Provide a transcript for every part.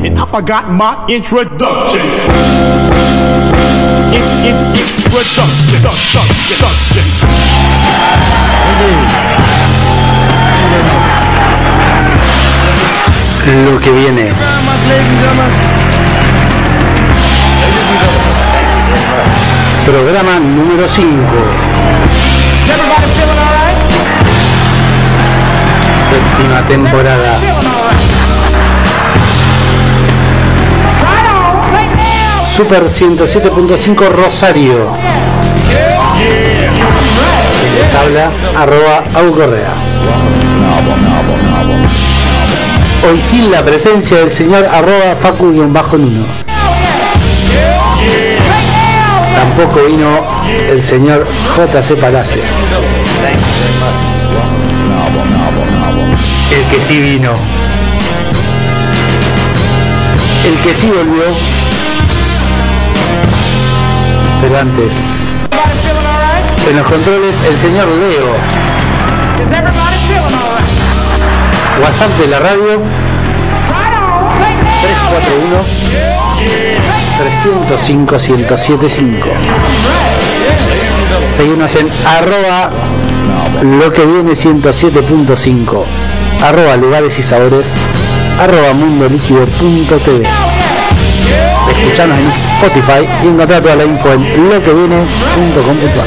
minute, I forgot my introduction. Introduction. Lo que viene. Programa número 5. Séptima temporada. Super 107.5 Rosario. Quien les habla, @AuCorrea. Hoy sin la presencia del señor @Facu_Nuno. Tampoco vino el señor JC Palacios. El que sí vino. El que sí volvió. Pero antes, en los controles, el señor Leo. WhatsApp de la radio 341-305-1075. Seguimos en @lo que viene 107.5, @lugares y sabores, @mundoliquido.tv. Escuchanos en Spotify y encontrar toda la info en loqueviene.com.ar.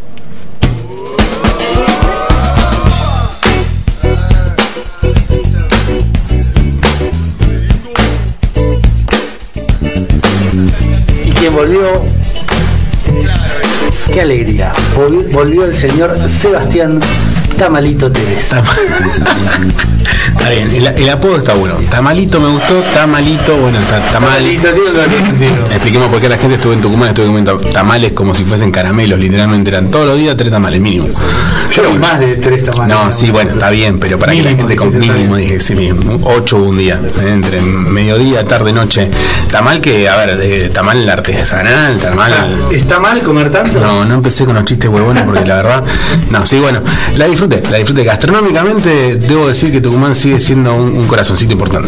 Volvió, qué alegría, volvió el señor Sebastián Tamalito Teresa. Está bien, el apodo está bueno. Tamalito me gustó, Tamalito, bueno, Tamalito. Expliquemos por qué la gente estuvo en Tucumán, estuve comiendo tamales como si fuesen caramelos, literalmente eran todos los días 3 tamales mínimo. Yo bueno, más de 3 tamales. No, sí, bueno, está bien, pero para mínimo, que la gente con mínimo, dije, sí, 8 un día, entre mediodía, tarde, noche. Tamal que, a ver, tamal artesanal, tamal. ¿Está mal comer tanto? No empecé con los chistes huevones porque la verdad, no, sí, bueno, la disfruté gastronómicamente. Debo decir que Tucumán sigue siendo un corazoncito importante.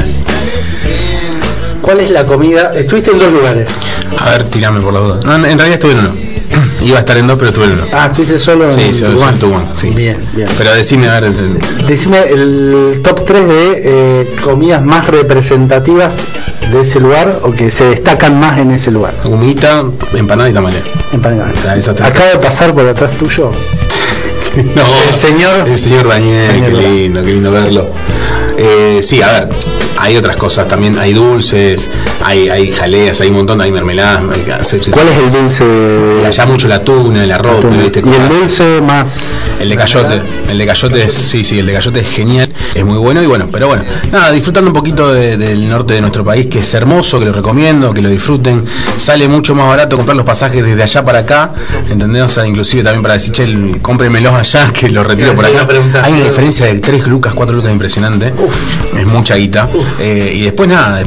¿Cuál es la comida? Estuviste en 2 lugares. A ver, tirame por la duda. No, en realidad estuve en 1. Iba a estar en 2, pero estuve en 1. Ah, ¿estuviste solo en Tucumán? Sí. Bien. Pero decime, a ver. Decime el top 3 de comidas más representativas de ese lugar o que se destacan más en ese lugar. Humita, empanada y tamales. Empanada. O sea, acaba de pasar por atrás tuyo. No, el señor Daniel, qué lindo verlo. Sí, a ver, hay otras cosas también, hay dulces, hay jaleas, hay un montón, hay mermeladas. ¿Cuál es el dulce? Allá mucho la tuna, el arroz, ¿viste? Y el dulce más. El de cayote es, sí, el de cayote es genial, es muy bueno y bueno, pero bueno, nada, disfrutando un poquito del norte de nuestro país, que es hermoso, que lo recomiendo, que lo disfruten. Sale mucho más barato comprar los pasajes desde allá para acá, ¿entendés? O sea, inclusive también para decir, che, cómprenmelos allá, que los retiro por acá. Hay una diferencia de 3 lucas, 4 lucas impresionante. Es mucha guita. Y después nada,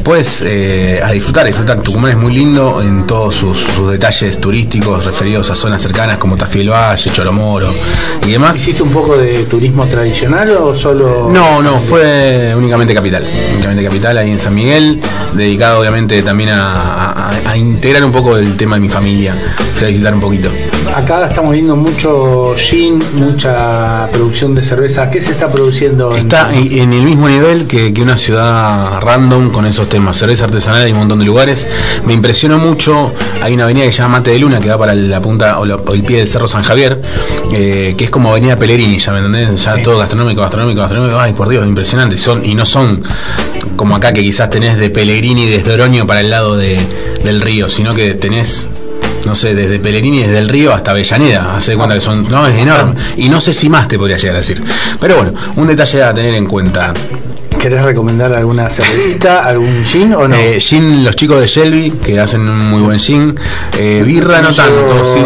a disfrutar. Tucumán es muy lindo en todos sus detalles turísticos referidos a zonas cercanas como Tafí del Valle, Choromoro y demás. ¿Hiciste un poco de turismo tradicional o solo...? No, fue únicamente capital ahí en San Miguel, dedicado obviamente también a integrar un poco el tema de mi familia, fui a visitar un poquito. Acá estamos viendo mucho gin, mucha producción de cerveza. ¿Qué se está produciendo? Está en el mismo nivel que una ciudad random con esos temas, cerveza artesanal, hay un montón de lugares. Me impresionó mucho, hay una avenida que se llama Mate de Luna, que va para la punta o el pie del Cerro San Javier, que es como avenida Pellegrini, ya me entendés, ya sí. Todo gastronómico, ay por Dios, impresionante, y no son como acá que quizás tenés de Pellegrini desde Oroño para el lado del río, sino que tenés, no sé, desde Pellegrini, desde el río hasta Avellaneda, hace cuenta que son, no, es enorme, y no sé si más te podría llegar a decir, pero bueno, un detalle a tener en cuenta. ¿Querés recomendar alguna cervecita, algún gin o no? Gin, los chicos de Shelby, que hacen un muy buen gin. Birra no tanto, sí,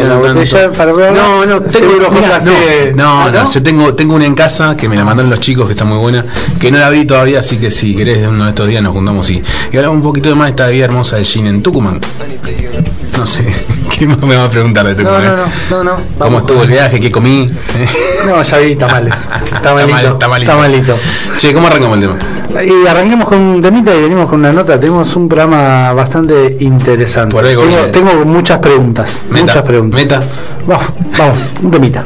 yo tengo una en casa que me la mandaron los chicos, que está muy buena, que no la abrí todavía, así que si querés uno de estos días nos juntamos y hablamos un poquito más de esta bebida hermosa de gin en Tucumán. No sé, ¿Qué más me vas a preguntar de Tucumán? No. ¿Cómo estuvo el viaje? ¿Qué comí? No, ya vi tamales. Está malito. Che, ¿cómo arrancamos el tema? Y arranquemos con un temita y venimos con una nota. Tenemos un programa bastante interesante. Por ahí, tengo muchas preguntas. Meta. Vamos, un temita.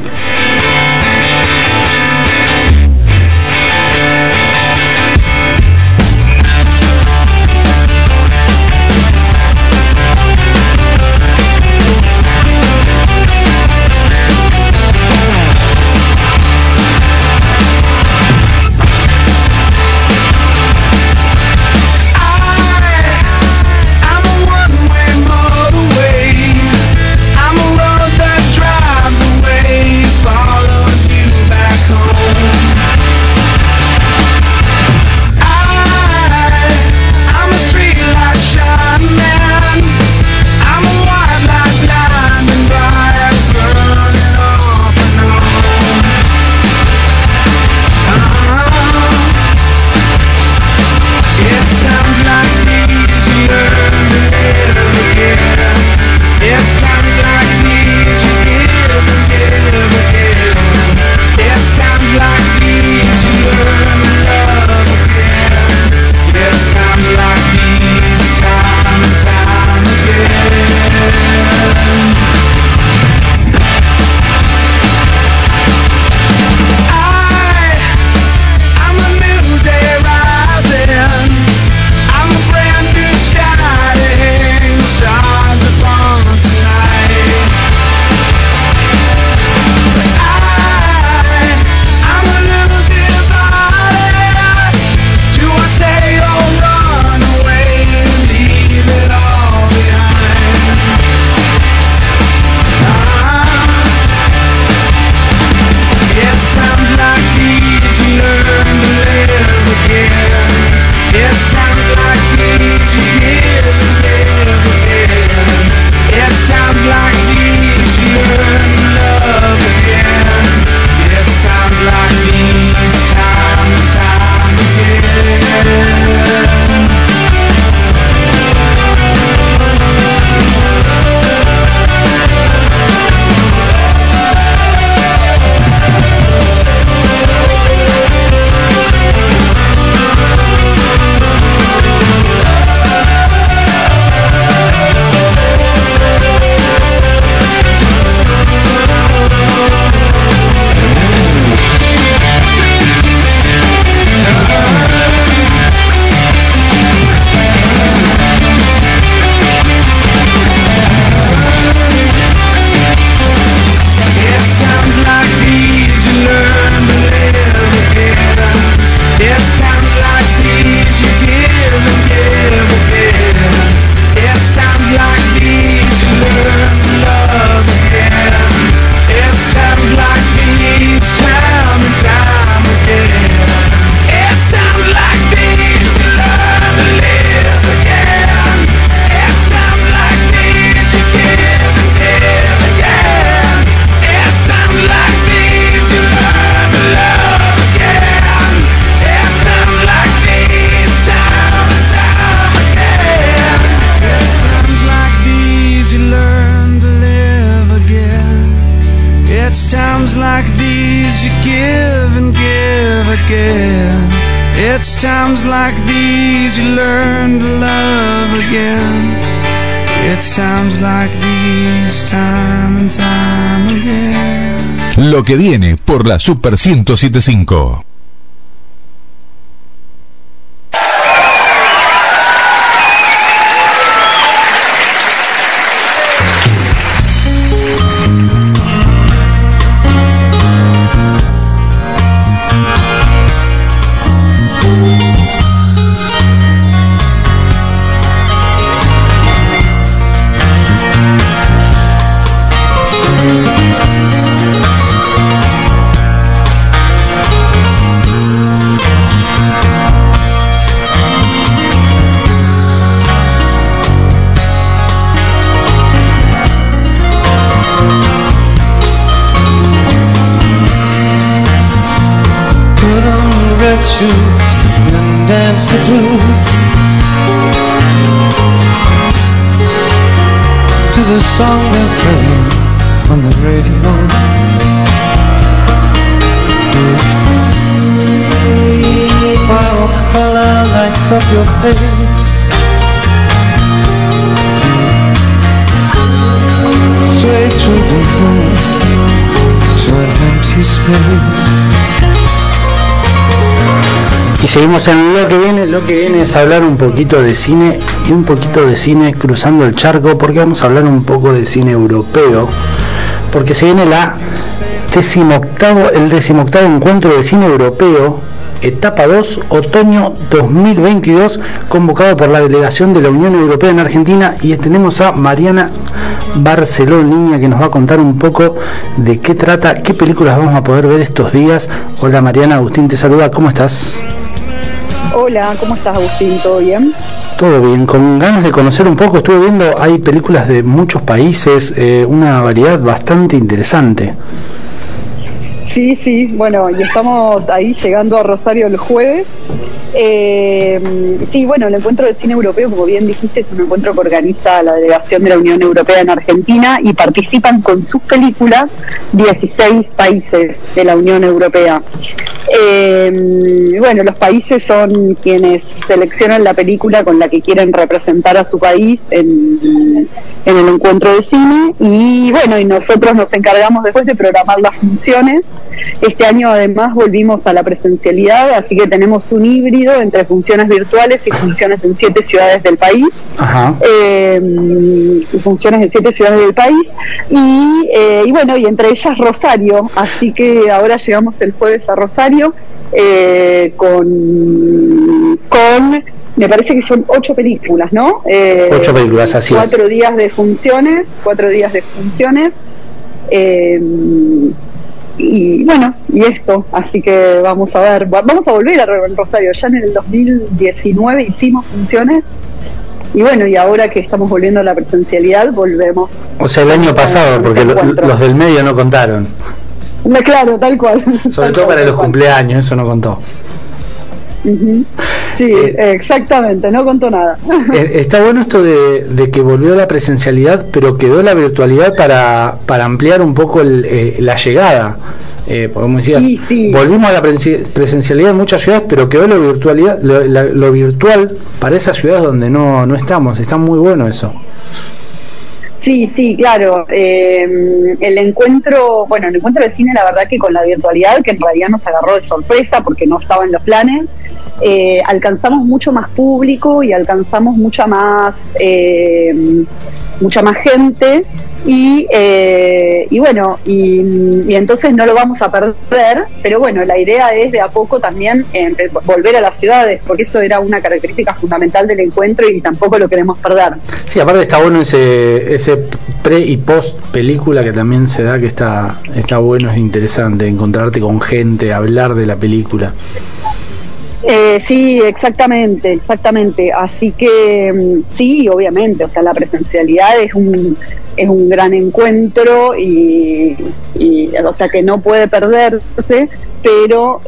It's times like these you learn to love again. It's times like these, time and time again. Lo que viene por la Super 107.5. song they're playing on the radio. While color lights up your face, sway through the room to an empty space. Y seguimos en lo que viene. Lo que viene es hablar un poquito de cine, y un poquito de cine cruzando el charco, porque vamos a hablar un poco de cine europeo, porque se viene el 18º encuentro de cine europeo, etapa 2, otoño 2022, convocado por la delegación de la Unión Europea en Argentina, y tenemos a Mariana Barceló en línea, que nos va a contar un poco de qué trata, qué películas vamos a poder ver estos días. Hola Mariana, Agustín te saluda, ¿cómo estás? Hola, ¿cómo estás, Agustín? ¿Todo bien? Todo bien, con ganas de conocer un poco. Estuve viendo, hay películas de muchos países, una variedad bastante interesante. Sí, bueno, y estamos ahí llegando a Rosario el jueves. Sí, bueno, el encuentro de cine europeo, como bien dijiste, es un encuentro que organiza la delegación de la Unión Europea en Argentina, y participan con sus películas 16 países de la Unión Europea. Bueno, los países son quienes seleccionan la película con la que quieren representar a su país en el encuentro de cine, y bueno, y nosotros nos encargamos después de programar las funciones. Este año además volvimos a la presencialidad, así que tenemos un híbrido entre funciones virtuales y funciones en 7 ciudades del país. Ajá. Funciones en 7 ciudades del país, y bueno, y entre ellas Rosario, así que ahora llegamos el jueves a Rosario con me parece que son 8 películas, ¿no? 8 películas, así 4 días de funciones, y bueno, y esto, así que vamos a volver a Rosario. Ya en el 2019 hicimos funciones, y bueno, y ahora que estamos volviendo a la presencialidad, volvemos. O sea, el año pasado, porque los del medio no contaron. Claro, tal cual. Sobre todo para los cumpleaños, eso no contó. Uh-huh. Sí, exactamente, no contó nada. Está bueno esto de que volvió la presencialidad, pero quedó la virtualidad para ampliar un poco la llegada. Porque como decías, sí. Volvimos a la presencialidad en muchas ciudades, pero quedó lo virtual para esas ciudades donde no estamos. Está muy bueno eso. Sí, claro. El encuentro de cine, la verdad que con la virtualidad, que en realidad nos agarró de sorpresa porque no estaba en los planes, alcanzamos mucho más público y alcanzamos mucha más gente, y bueno, y entonces no lo vamos a perder, pero bueno, la idea es de a poco también volver a las ciudades, porque eso era una característica fundamental del encuentro y tampoco lo queremos perder. Sí, aparte está bueno ese pre y post película que también se da, que está bueno, es interesante encontrarte con gente, hablar de la película. Sí, exactamente. Así que sí, obviamente, o sea, la presencialidad es un gran encuentro, y o sea que no puede perderse, pero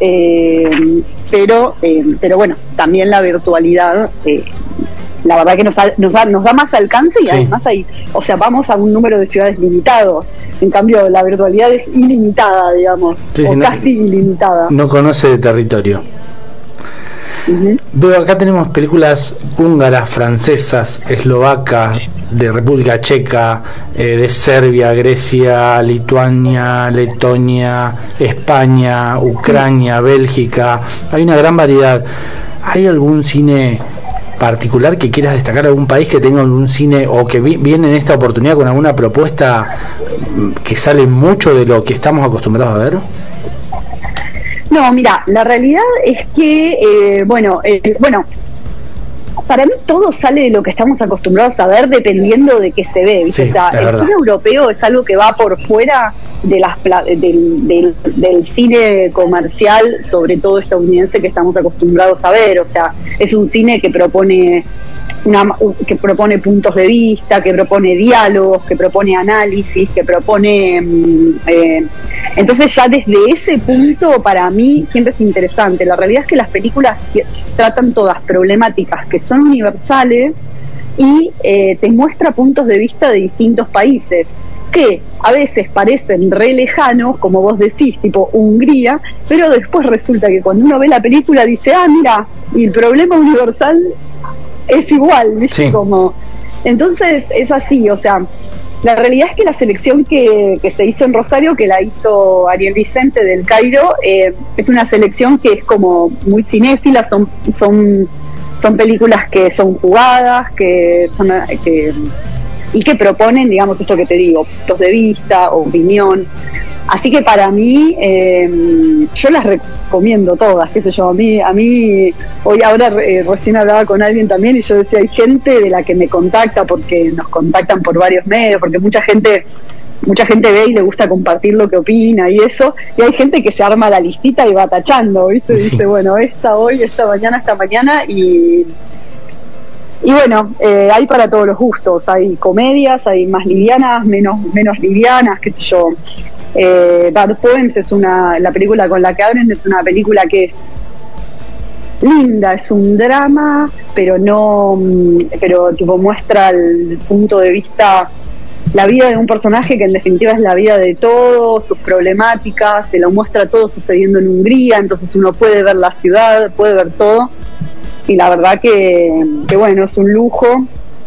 bueno, también la virtualidad, la verdad que nos da más alcance, y sí. Además o sea, vamos a un número de ciudades limitado. En cambio, la virtualidad es ilimitada, digamos, sí, casi ilimitada. No conoce de territorio. Uh-huh. Veo acá tenemos películas húngaras, francesas, eslovacas, de República Checa, de Serbia, Grecia, Lituania, Letonia, España, Ucrania, Bélgica. Hay una gran variedad. ¿Hay algún cine particular que quieras destacar, algún país que tenga algún cine, o que viene en esta oportunidad con alguna propuesta que sale mucho de lo que estamos acostumbrados a ver? No, mira, la realidad es que, para mí todo sale de lo que estamos acostumbrados a ver, dependiendo de qué se ve, ¿viste? Sí, o sea, el cine europeo es algo que va por fuera de del cine comercial, sobre todo estadounidense, que estamos acostumbrados a ver. O sea, es un cine que propone puntos de vista, que propone diálogos, que propone análisis, que propone entonces ya desde ese punto para mí siempre es interesante. La realidad es que las películas tratan todas problemáticas que son universales, y te muestra puntos de vista de distintos países que a veces parecen re lejanos, como vos decís, tipo Hungría, pero después resulta que cuando uno ve la película dice, mira, y el problema universal es igual, ¿viste? Sí. Como, entonces es así, o sea, la realidad es que la selección que se hizo en Rosario, que la hizo Ariel Vicente del Cairo, es una selección que es como muy cinéfila, son películas que son jugadas, y que proponen, digamos, esto que te digo, puntos de vista, opinión. Así que para mí, yo las recomiendo todas, qué sé yo, a mí hoy ahora recién hablaba con alguien también y yo decía, hay gente de la que me contacta porque nos contactan por varios medios, porque mucha gente ve y le gusta compartir lo que opina y eso, y hay gente que se arma la listita y va tachando, ¿viste? Sí. Dice, bueno, esta hoy, esta mañana, y bueno, hay para todos los gustos, hay comedias, hay más livianas, menos livianas, qué sé yo. Bad Poems es la película con la que abren, es una película que es linda, es un drama, pero tipo muestra el punto de vista, la vida de un personaje que en definitiva es la vida de todos, sus problemáticas, se lo muestra todo sucediendo en Hungría, entonces uno puede ver la ciudad, puede ver todo, y la verdad que bueno, es un lujo.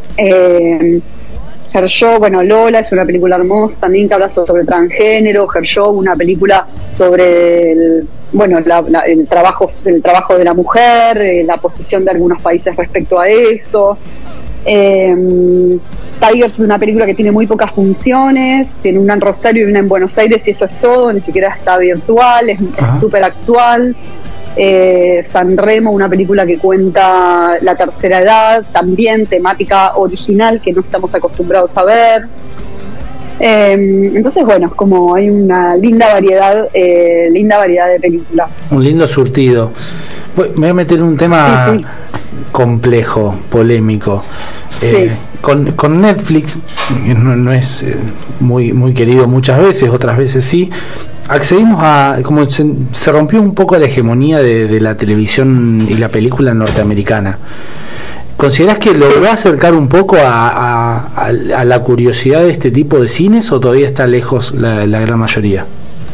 Herzog, bueno, Lola es una película hermosa también que habla sobre transgénero. Herzog, una película sobre el trabajo de la mujer, la posición de algunos países respecto a eso. Tigers es una película que tiene muy pocas funciones, tiene una en Rosario y una en Buenos Aires y eso es todo, ni siquiera está virtual, es súper actual. San Remo, una película que cuenta la tercera edad, también temática original que no estamos acostumbrados a ver. Entonces, bueno, como hay una linda variedad de películas. Un lindo surtido. Me voy a meter en un tema complejo, polémico. Sí. Con Netflix, no es muy querido muchas veces, otras veces sí, accedimos a, como se rompió un poco la hegemonía de la televisión y la película norteamericana. ¿Considerás que logró acercar un poco a la curiosidad de este tipo de cines o todavía está lejos la gran mayoría?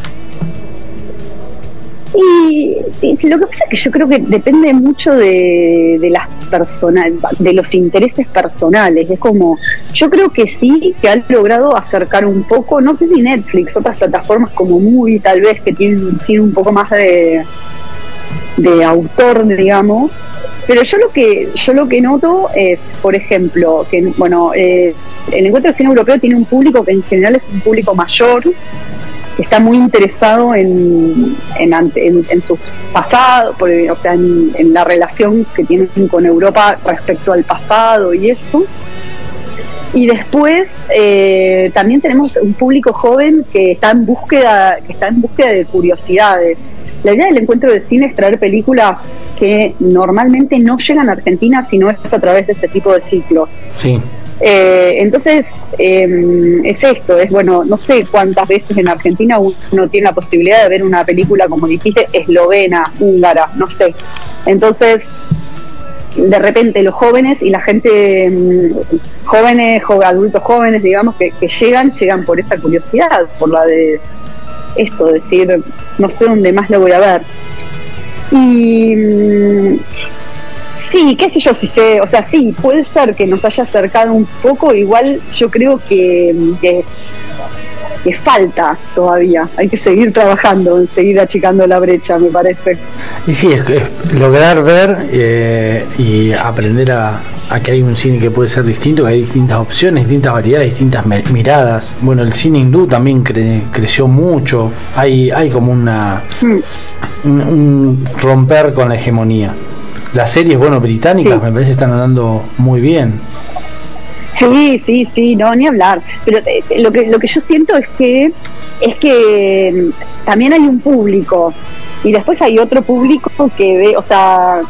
Y lo que pasa es que yo creo que depende mucho de las personas, de los intereses personales. Es como, yo creo que sí, que han logrado acercar un poco, no sé si Netflix, otras plataformas como Movie tal vez, que tienen un cine un poco más de autor, digamos. Pero yo lo que noto es, por ejemplo, que bueno, el Encuentro de Cine Europeo tiene un público que en general es un público mayor, que está muy interesado en su pasado, o sea, en la relación que tienen con Europa respecto al pasado y eso. Y después también tenemos un público joven que está en búsqueda de curiosidades. La idea del Encuentro de Cine es traer películas que normalmente no llegan a Argentina, sino es a través de este tipo de ciclos. Sí. Entonces es esto, es bueno, no sé cuántas veces en Argentina uno tiene la posibilidad de ver una película, como dijiste, eslovena, húngara, no sé. Entonces de repente los jóvenes y la gente adultos jóvenes, digamos, que llegan por esta curiosidad, por la de esto, decir, no sé dónde más lo voy a ver. Y sí, qué sé yo, si sé, o sea, sí, puede ser que nos haya acercado un poco, igual yo creo que falta todavía, hay que seguir trabajando, seguir achicando la brecha, me parece. Y sí, es lograr ver y aprender a que hay un cine que puede ser distinto, que hay distintas opciones, distintas variedades, distintas miradas. Bueno, el cine hindú también creció mucho, hay como un romper con la hegemonía. Las series, bueno, británicas, sí, me parece que están andando muy bien. Sí, no, ni hablar. Pero lo que yo siento es que también hay un público y después hay otro público que ve, o sea,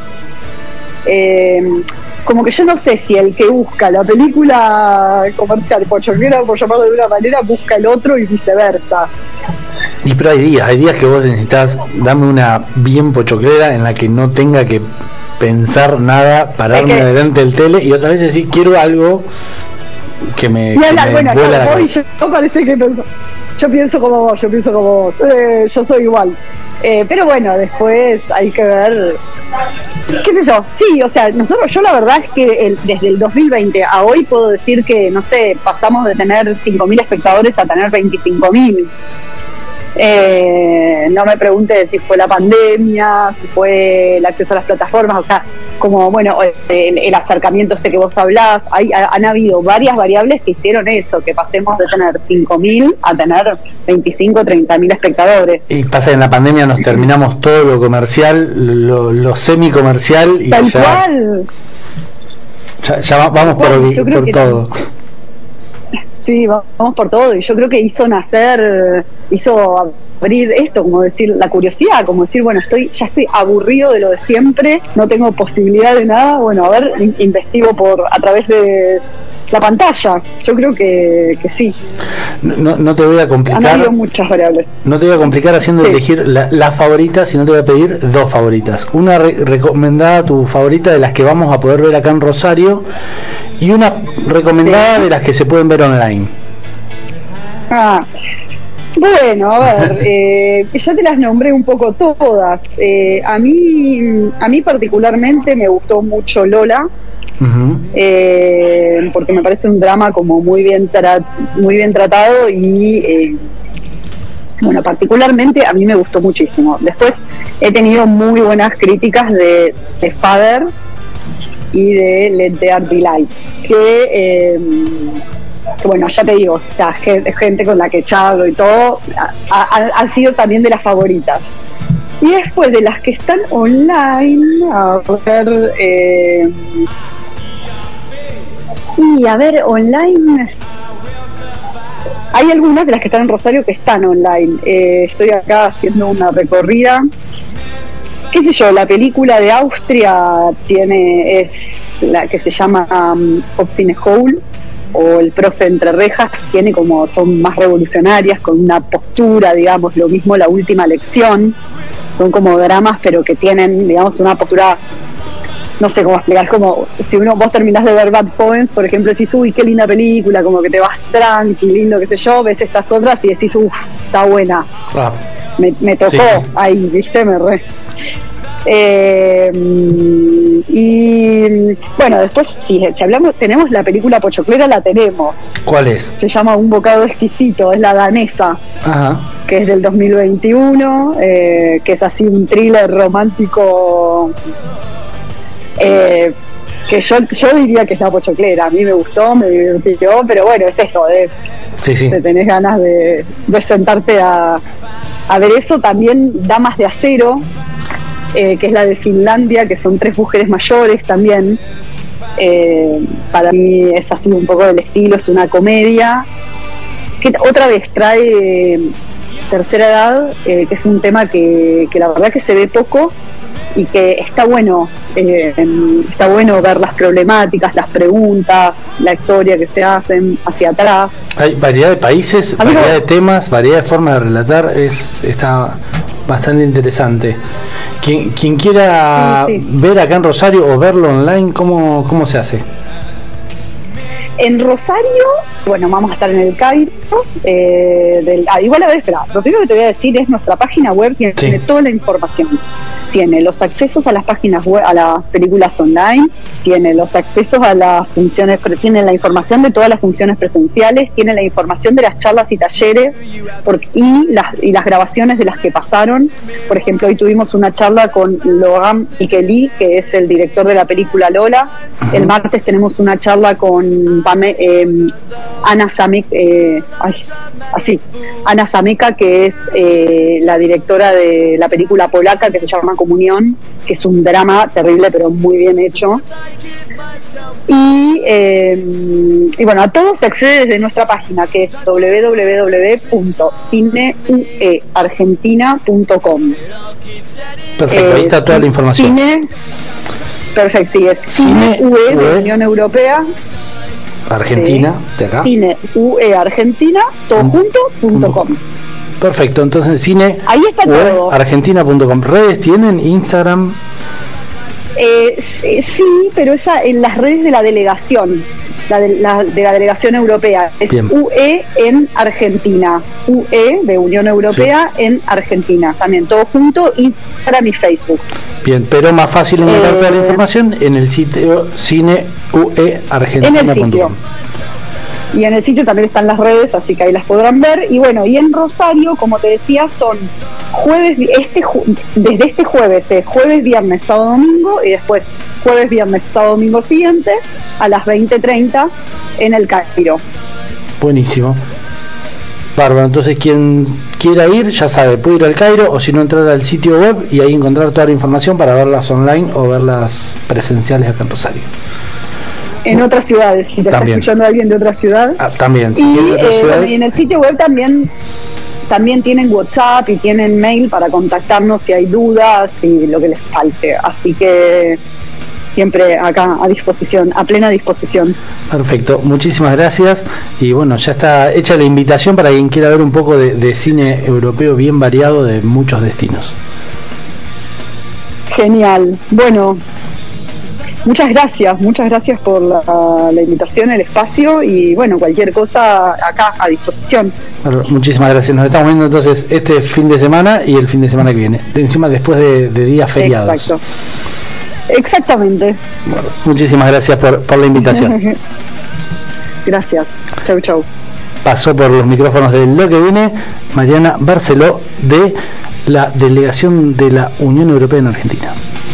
como que yo no sé si el que busca la película comercial pochoclera, por llamarlo de una manera, busca el otro y viceversa. Y pero hay días que vos necesitas, dame una bien pochoclera en la que no tenga que pensar nada, pararme delante del tele y otra vez decir quiero algo que me vuela la cabeza. Yo parece que yo pienso como vos, yo soy igual. Pero bueno, después hay que ver, qué sé yo, sí, o sea, yo la verdad es que desde el 2020 a hoy puedo decir que, no sé, pasamos de tener 5.000 espectadores a tener 25.000. No me preguntes si fue la pandemia, si fue el acceso a las plataformas, o sea, como bueno, el acercamiento que vos hablás, han habido varias variables que hicieron eso, que pasemos de tener 5.000 a tener 25, 30.000 espectadores. Y pasa que en la pandemia nos terminamos todo lo comercial, lo semi-comercial y tal cual. Ya vamos por todo. Sí, vamos por todo, y yo creo que hizo abrir esto, como decir, la curiosidad, como decir, bueno, ya estoy aburrido de lo de siempre, no tengo posibilidad de nada, bueno, a ver, investigo a través de la pantalla. Yo creo que sí. No te voy a complicar. Han habido muchas variables. No te voy a complicar haciendo elegir la favorita, sino te voy a pedir dos favoritas. Una recomendada, tu favorita de las que vamos a poder ver acá en Rosario, y una recomendada de las que se pueden ver online. Bueno, a ver, ya te las nombré un poco todas. A mí particularmente me gustó mucho Lola. Porque me parece un drama como muy bien tratado y bueno, particularmente a mí me gustó muchísimo. Después he tenido muy buenas críticas de Father y de Let There Be Light, que bueno, ya te digo, o sea, gente con la que charlo y todo, han sido también de las favoritas. Y después de las que están online, online hay algunas de las que están en Rosario que están online. Estoy acá haciendo una recorrida, qué sé yo, la película de Austria es la que se llama Obscene Hole, o El profe entre rejas, son más revolucionarias, con una postura, digamos, lo mismo La última lección, son como dramas pero que tienen, digamos, una postura, no sé cómo explicar, es como si vos terminás de ver Bad Poems, por ejemplo, decís, uy, qué linda película, como que te vas tranqui, lindo, qué sé yo, ves estas otras y decís, uff, está buena. Me tocó, sí. Ahí, viste, me re. Y bueno, después si hablamos, tenemos la película pochoclera, la tenemos. ¿Cuál es? Se llama Un bocado exquisito, es la danesa. Ajá. Que es del 2021, que es así un thriller romántico, que yo diría que es la pochoclera. A mí me gustó, me divirtió, pero bueno, es esto, sí. Te tenés ganas de sentarte a ver eso. También Damas de Acero, que es la de Finlandia, que son 3 mujeres mayores también. Para mí es así un poco del estilo, es una comedia que otra vez trae tercera edad, que es un tema que la verdad que se ve poco y que está bueno ver las problemáticas, las preguntas, la historia que se hacen hacia atrás. Hay variedad de países, variedad de temas, variedad de formas de relatar, está bastante interesante. Quien quiera ver acá en Rosario o verlo online, ¿cómo se hace? En Rosario, bueno, vamos a estar en el Cairo. Igual, a ver, espera, lo primero que te voy a decir es nuestra página web, tiene toda la información. Tiene los accesos a las páginas web, a las películas online, tiene los accesos a las funciones, tiene la información de todas las funciones presenciales, tiene la información de las charlas y talleres y las grabaciones de las que pasaron. Por ejemplo, hoy tuvimos una charla con Logan Ikeli, que es el director de la película Lola. El martes tenemos una charla con Ana Zameca, que es la directora de la película polaca que se llama Comunión, que es un drama terrible pero muy bien hecho. Y bueno, a todos se accede desde nuestra página, que es www.cineueargentina.com. Perfecto, ahí está toda la información. Perfecto, sí, es Cine UE de Unión Europea Argentina, de acá. Cine UE Argentina, todo junto.com. Perfecto, entonces Cine ahí está todo. Argentina.com. ¿Redes tienen? Instagram. Sí, pero esa en las redes de la delegación, de la delegación europea. Es Bien. UE en Argentina. UE de Unión Europea en Argentina. También todo junto, Instagram y Facebook. Bien, pero más fácil encontrar toda la información en el sitio cineueargentina.com. En el sitio. Y en el sitio también están las redes, así que ahí las podrán ver. Y bueno, y en Rosario, como te decía, son desde este jueves, jueves, viernes, sábado, domingo, y después jueves, viernes, sábado, domingo siguiente, a las 20:30 en el Cairo. Buenísimo. Bárbaro, entonces quien quiera ir, ya sabe, puede ir al Cairo o si no entrar al sitio web y ahí encontrar toda la información para verlas online o verlas presenciales acá en Rosario. En otras ciudades, si te También. está escuchando alguien de otras ciudades. También, si Y quieren otras ciudades. bueno, y en el sitio web también tienen WhatsApp y tienen mail para contactarnos si hay dudas y lo que les falte. Así que siempre acá a disposición, a plena disposición. Perfecto, muchísimas gracias. Y bueno, ya está hecha la invitación para quien quiera ver un poco de cine europeo bien variado de muchos destinos. Genial. Bueno, muchas gracias por la invitación, el espacio y bueno, cualquier cosa acá a disposición. Bueno, muchísimas gracias. Nos estamos viendo entonces este fin de semana y el fin de semana que viene. Encima después de días feriados. Exacto. Exactamente. Bueno, muchísimas gracias por la invitación. Gracias. Chau, chau. Pasó por los micrófonos de Lo que viene Mariana Barceló de la delegación de la Unión Europea en Argentina.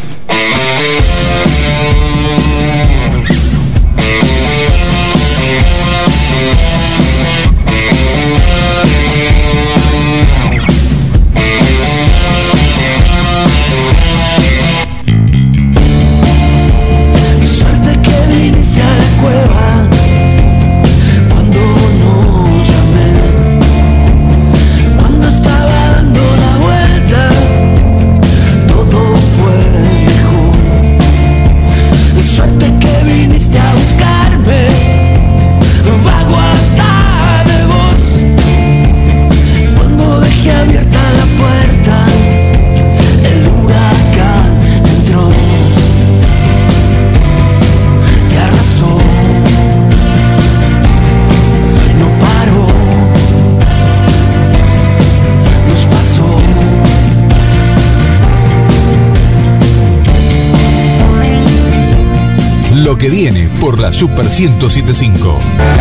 Suerte que viniste a la cueva cuando no llamé, cuando estaba dando la vuelta, todo fue mejor. Suerte que viniste a buscarme, vago hasta de vos, cuando dejé abierta la puerta, el huracán entró. Te arrasó, no paró, nos pasó. Lo que viene por la Super 1075.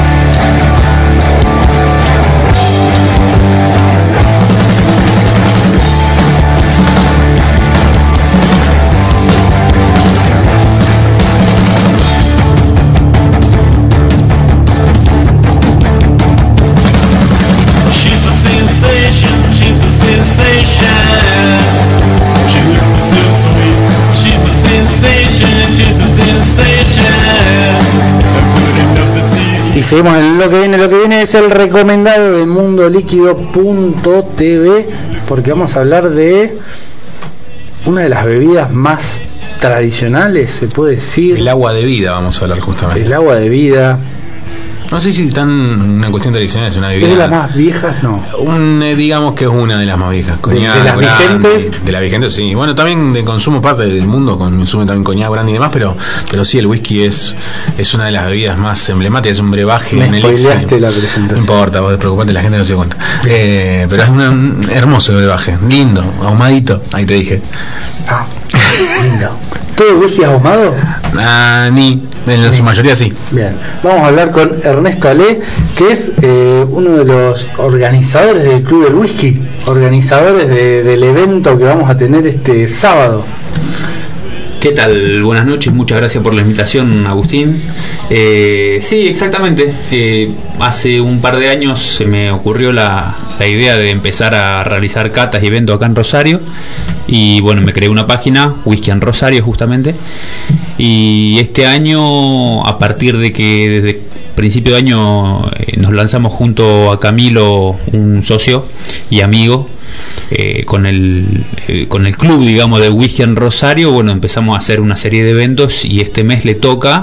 She's a sensation, she's a sensation. She represents me. She's a sensation, she's a sensation. Putting up the TV. Y seguimos en Lo que viene es el recomendado de mundoliquido.tv, porque vamos a hablar de una de las bebidas más tradicionales, se puede decir, El agua de vida, vamos a hablar justamente. el agua de vida. No sé si tan una cuestión tradicional, es una ¿Es bebida. de las más viejas? No. Digamos que es una de las más viejas. De Coñac, las brandy, vigentes. De las vigentes, sí. Bueno, también de consumo parte del mundo, consume también coñac, brandy y demás, pero sí, el whisky es una de las bebidas más emblemáticas, es un brebaje Me en el spoileaste la presentación. No importa, vos despreocupate, la gente no se dio cuenta. Pero es un hermoso brebaje, lindo, ahumadito, ahí te dije. Ah, lindo. ¿Todo whisky ahumado? Ni, en su mayoría sí. Bien, vamos a hablar con Ernesto Ale, que es uno de los organizadores del Club del Whisky, organizadores del evento que vamos a tener este sábado. ¿Qué tal? Buenas noches, muchas gracias por la invitación, Agustín. Sí, exactamente. Hace un par de años se me ocurrió la idea de empezar a realizar catas y eventos acá en Rosario. Y bueno, me creé una página, Whisky en Rosario justamente. Y este año, a partir de que desde principio de año nos lanzamos junto a Camilo, un socio y amigo, con el club, digamos, de Whisky en Rosario, bueno, empezamos a hacer una serie de eventos y este mes le toca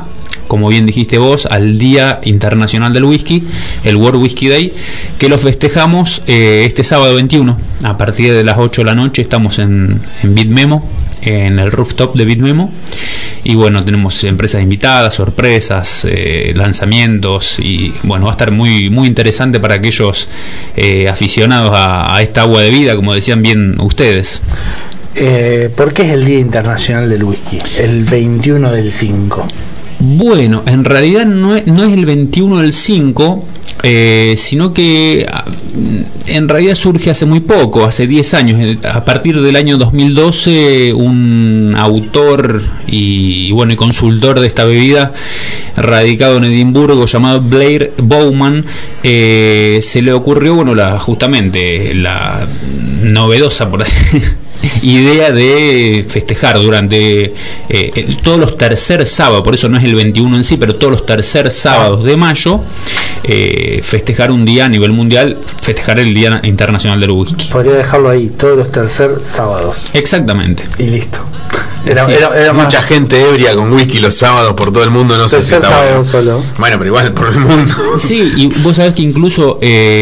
como bien dijiste vos, al Día Internacional del Whisky, el World Whisky Day, que lo festejamos este sábado 21, a partir de las 8 de la noche. Estamos en Bitmemo, en el rooftop de Bitmemo, y bueno, tenemos empresas invitadas, sorpresas, lanzamientos, y bueno, va a estar muy, muy interesante para aquellos aficionados a esta agua de vida, como decían bien ustedes. ¿Por qué es el Día Internacional del Whisky? El 21 del 5. Bueno, en realidad no es el 21 del 5, sino que en realidad surge hace muy poco, hace 10 años. A partir del año 2012, un autor y consultor de esta bebida, radicado en Edimburgo, llamado Blair Bowman, se le ocurrió, justamente la novedosa, por así idea de festejar durante todos los tercer sábados, por eso no es el 21 en sí, pero todos los tercer sábados de mayo, festejar un día a nivel mundial, festejar el Día Internacional del Whisky. Podría dejarlo ahí, todos los tercer sábados. Exactamente. Y listo. Era mucha gente ebria con whisky los sábados por todo el mundo, no sé si está bueno. Solo. Bueno, pero igual por el mundo. Sí, y vos sabés que incluso,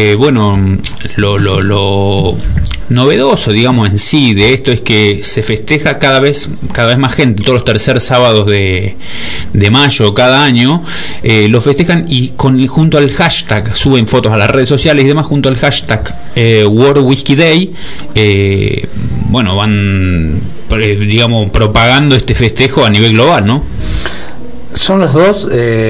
lo novedoso, digamos, en sí de esto es que se festeja cada vez más gente, todos los tercer sábados de mayo cada año, lo festejan, y junto al hashtag, suben fotos a las redes sociales y demás, junto al hashtag World Whisky Day, van, digamos, propagando este festejo a nivel global, ¿no? Son los dos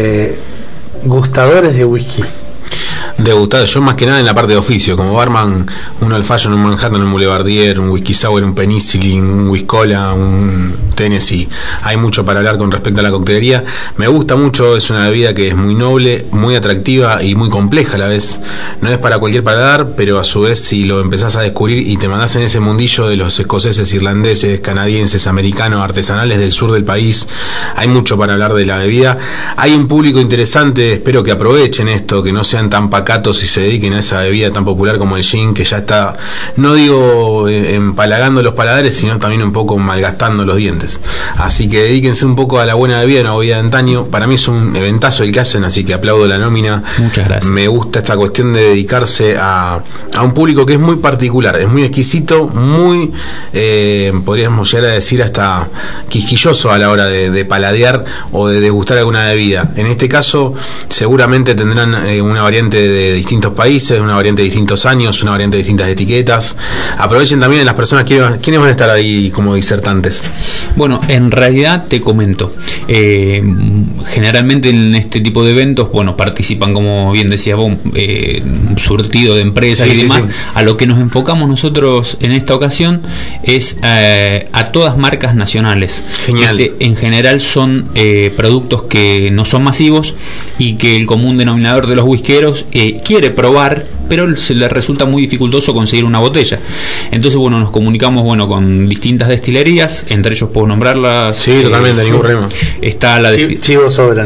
gustadores de whisky. Degustado, yo más que nada en la parte de oficio, como barman, un old fashion, un Manhattan, un Boulevardier, un whisky sour, un Penicillin, un Whiskola, un Tennessee. Hay mucho para hablar con respecto a la coctelería. Me gusta mucho, es una bebida que es muy noble, muy atractiva y muy compleja a la vez. No es para cualquier paladar, pero a su vez, si lo empezás a descubrir y te mandás en ese mundillo de los escoceses, irlandeses, canadienses, americanos, artesanales del sur del país, hay mucho para hablar de la bebida. Hay un público interesante, espero que aprovechen esto, que no sean tan pacatos y se dediquen a esa bebida tan popular como el gin, que ya está, no digo empalagando los paladares, sino también un poco malgastando los dientes. Así que dedíquense un poco a la buena bebida, una bebida de antaño. Para mí es un eventazo el que hacen, así que aplaudo la nómina. Muchas gracias. Me gusta esta cuestión de dedicarse a un público que es muy particular, es muy exquisito, muy podríamos llegar a decir hasta quisquilloso a la hora de paladear o de degustar alguna bebida. En este caso seguramente tendrán una variante de distintos países, una variante de distintos años, una variante de distintas etiquetas. Aprovechen también las personas quiénes van a estar ahí como disertantes. Bueno, en realidad te comento, generalmente en este tipo de eventos, participan, como bien decías vos, un surtido de empresas y demás. Sí. A lo que nos enfocamos nosotros en esta ocasión es a todas marcas nacionales. Genial. En general son productos que no son masivos y que el común denominador de los whiskeros quiere probar, pero se le resulta muy dificultoso conseguir una botella. Entonces, nos comunicamos con distintas destilerías, entre ellos puedo nombrarlas. Sí, totalmente, ningún problema. Está la Chivos sobran.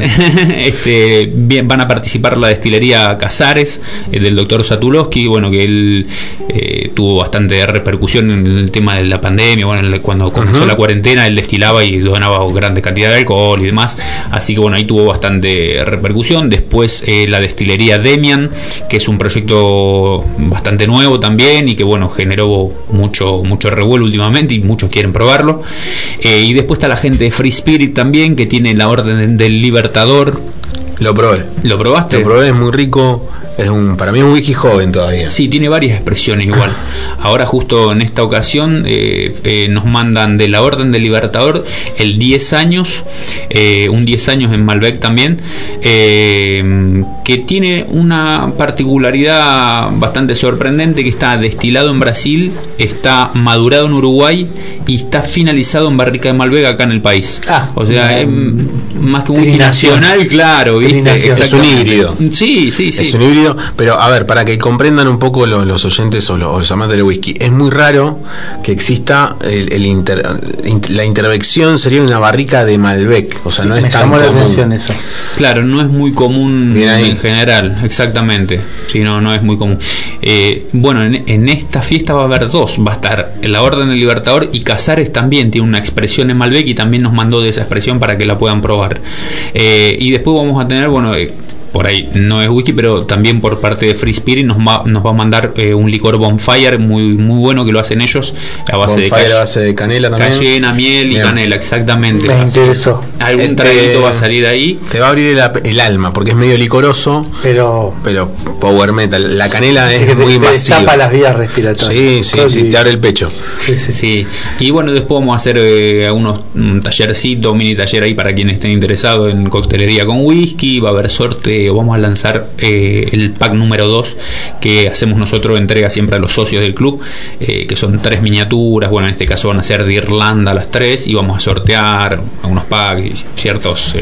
Van a participar la destilería Casares, del doctor Satulowski, que él tuvo bastante repercusión en el tema de la pandemia. Cuando comenzó la cuarentena, él destilaba y donaba grande cantidad de alcohol y demás, así que ahí tuvo bastante repercusión. Después la destilería Demian, que es un proyecto bastante nuevo también y que generó mucho revuelo últimamente y muchos quieren probarlo. Y después está la gente de Free Spirit también, que tiene la Orden del Libertador. Lo probé. ¿Lo probaste? Lo probé, es muy rico. Para mí es un whisky joven todavía. Sí, tiene varias expresiones igual. Ahora justo en esta ocasión nos mandan de la Orden del Libertador el 10 años, un 10 años en Malbec también, que tiene una particularidad bastante sorprendente, que está destilado en Brasil, está madurado en Uruguay y está finalizado en barrica de Malbec acá en el país. O sea, es más que un whisky nacional, claro, ¿viste? Es un híbrido. Sí. Es un híbrido. Pero a ver, para que comprendan un poco los oyentes o los amantes del whisky, es muy raro que exista la intervención sería una barrica de Malbec, o sea, no es tan común. Claro, no es muy común en general, exactamente. Sí, no es muy común. Bueno, en esta fiesta va a haber dos. Va a estar la Orden del Libertador, y Casares también tiene una expresión en Malbec y también nos mandó de esa expresión para que la puedan probar. Y después vamos a tener, bueno, por ahí no es whisky, pero también por parte de Free Spirit nos va a mandar un licor Bonfire muy bueno, que lo hacen ellos a base a base de canela también. Cayena, miel y canela, exactamente. Me interesó. Algún traguito va a salir ahí. Te va a abrir el alma, porque es medio licoroso, pero power metal. La canela es muy masiva. Tapa las vías respiratorias. Sí, te abre el pecho. Sí. Y bueno, después vamos a hacer un tallercito, un mini taller ahí para quienes estén interesados en coctelería con whisky. Va a haber sorteo. Vamos a lanzar el pack número 2 que hacemos nosotros, entrega siempre a los socios del club, que son 3 miniaturas. Bueno, en este caso van a ser de Irlanda las 3, y vamos a sortear algunos packs y ciertos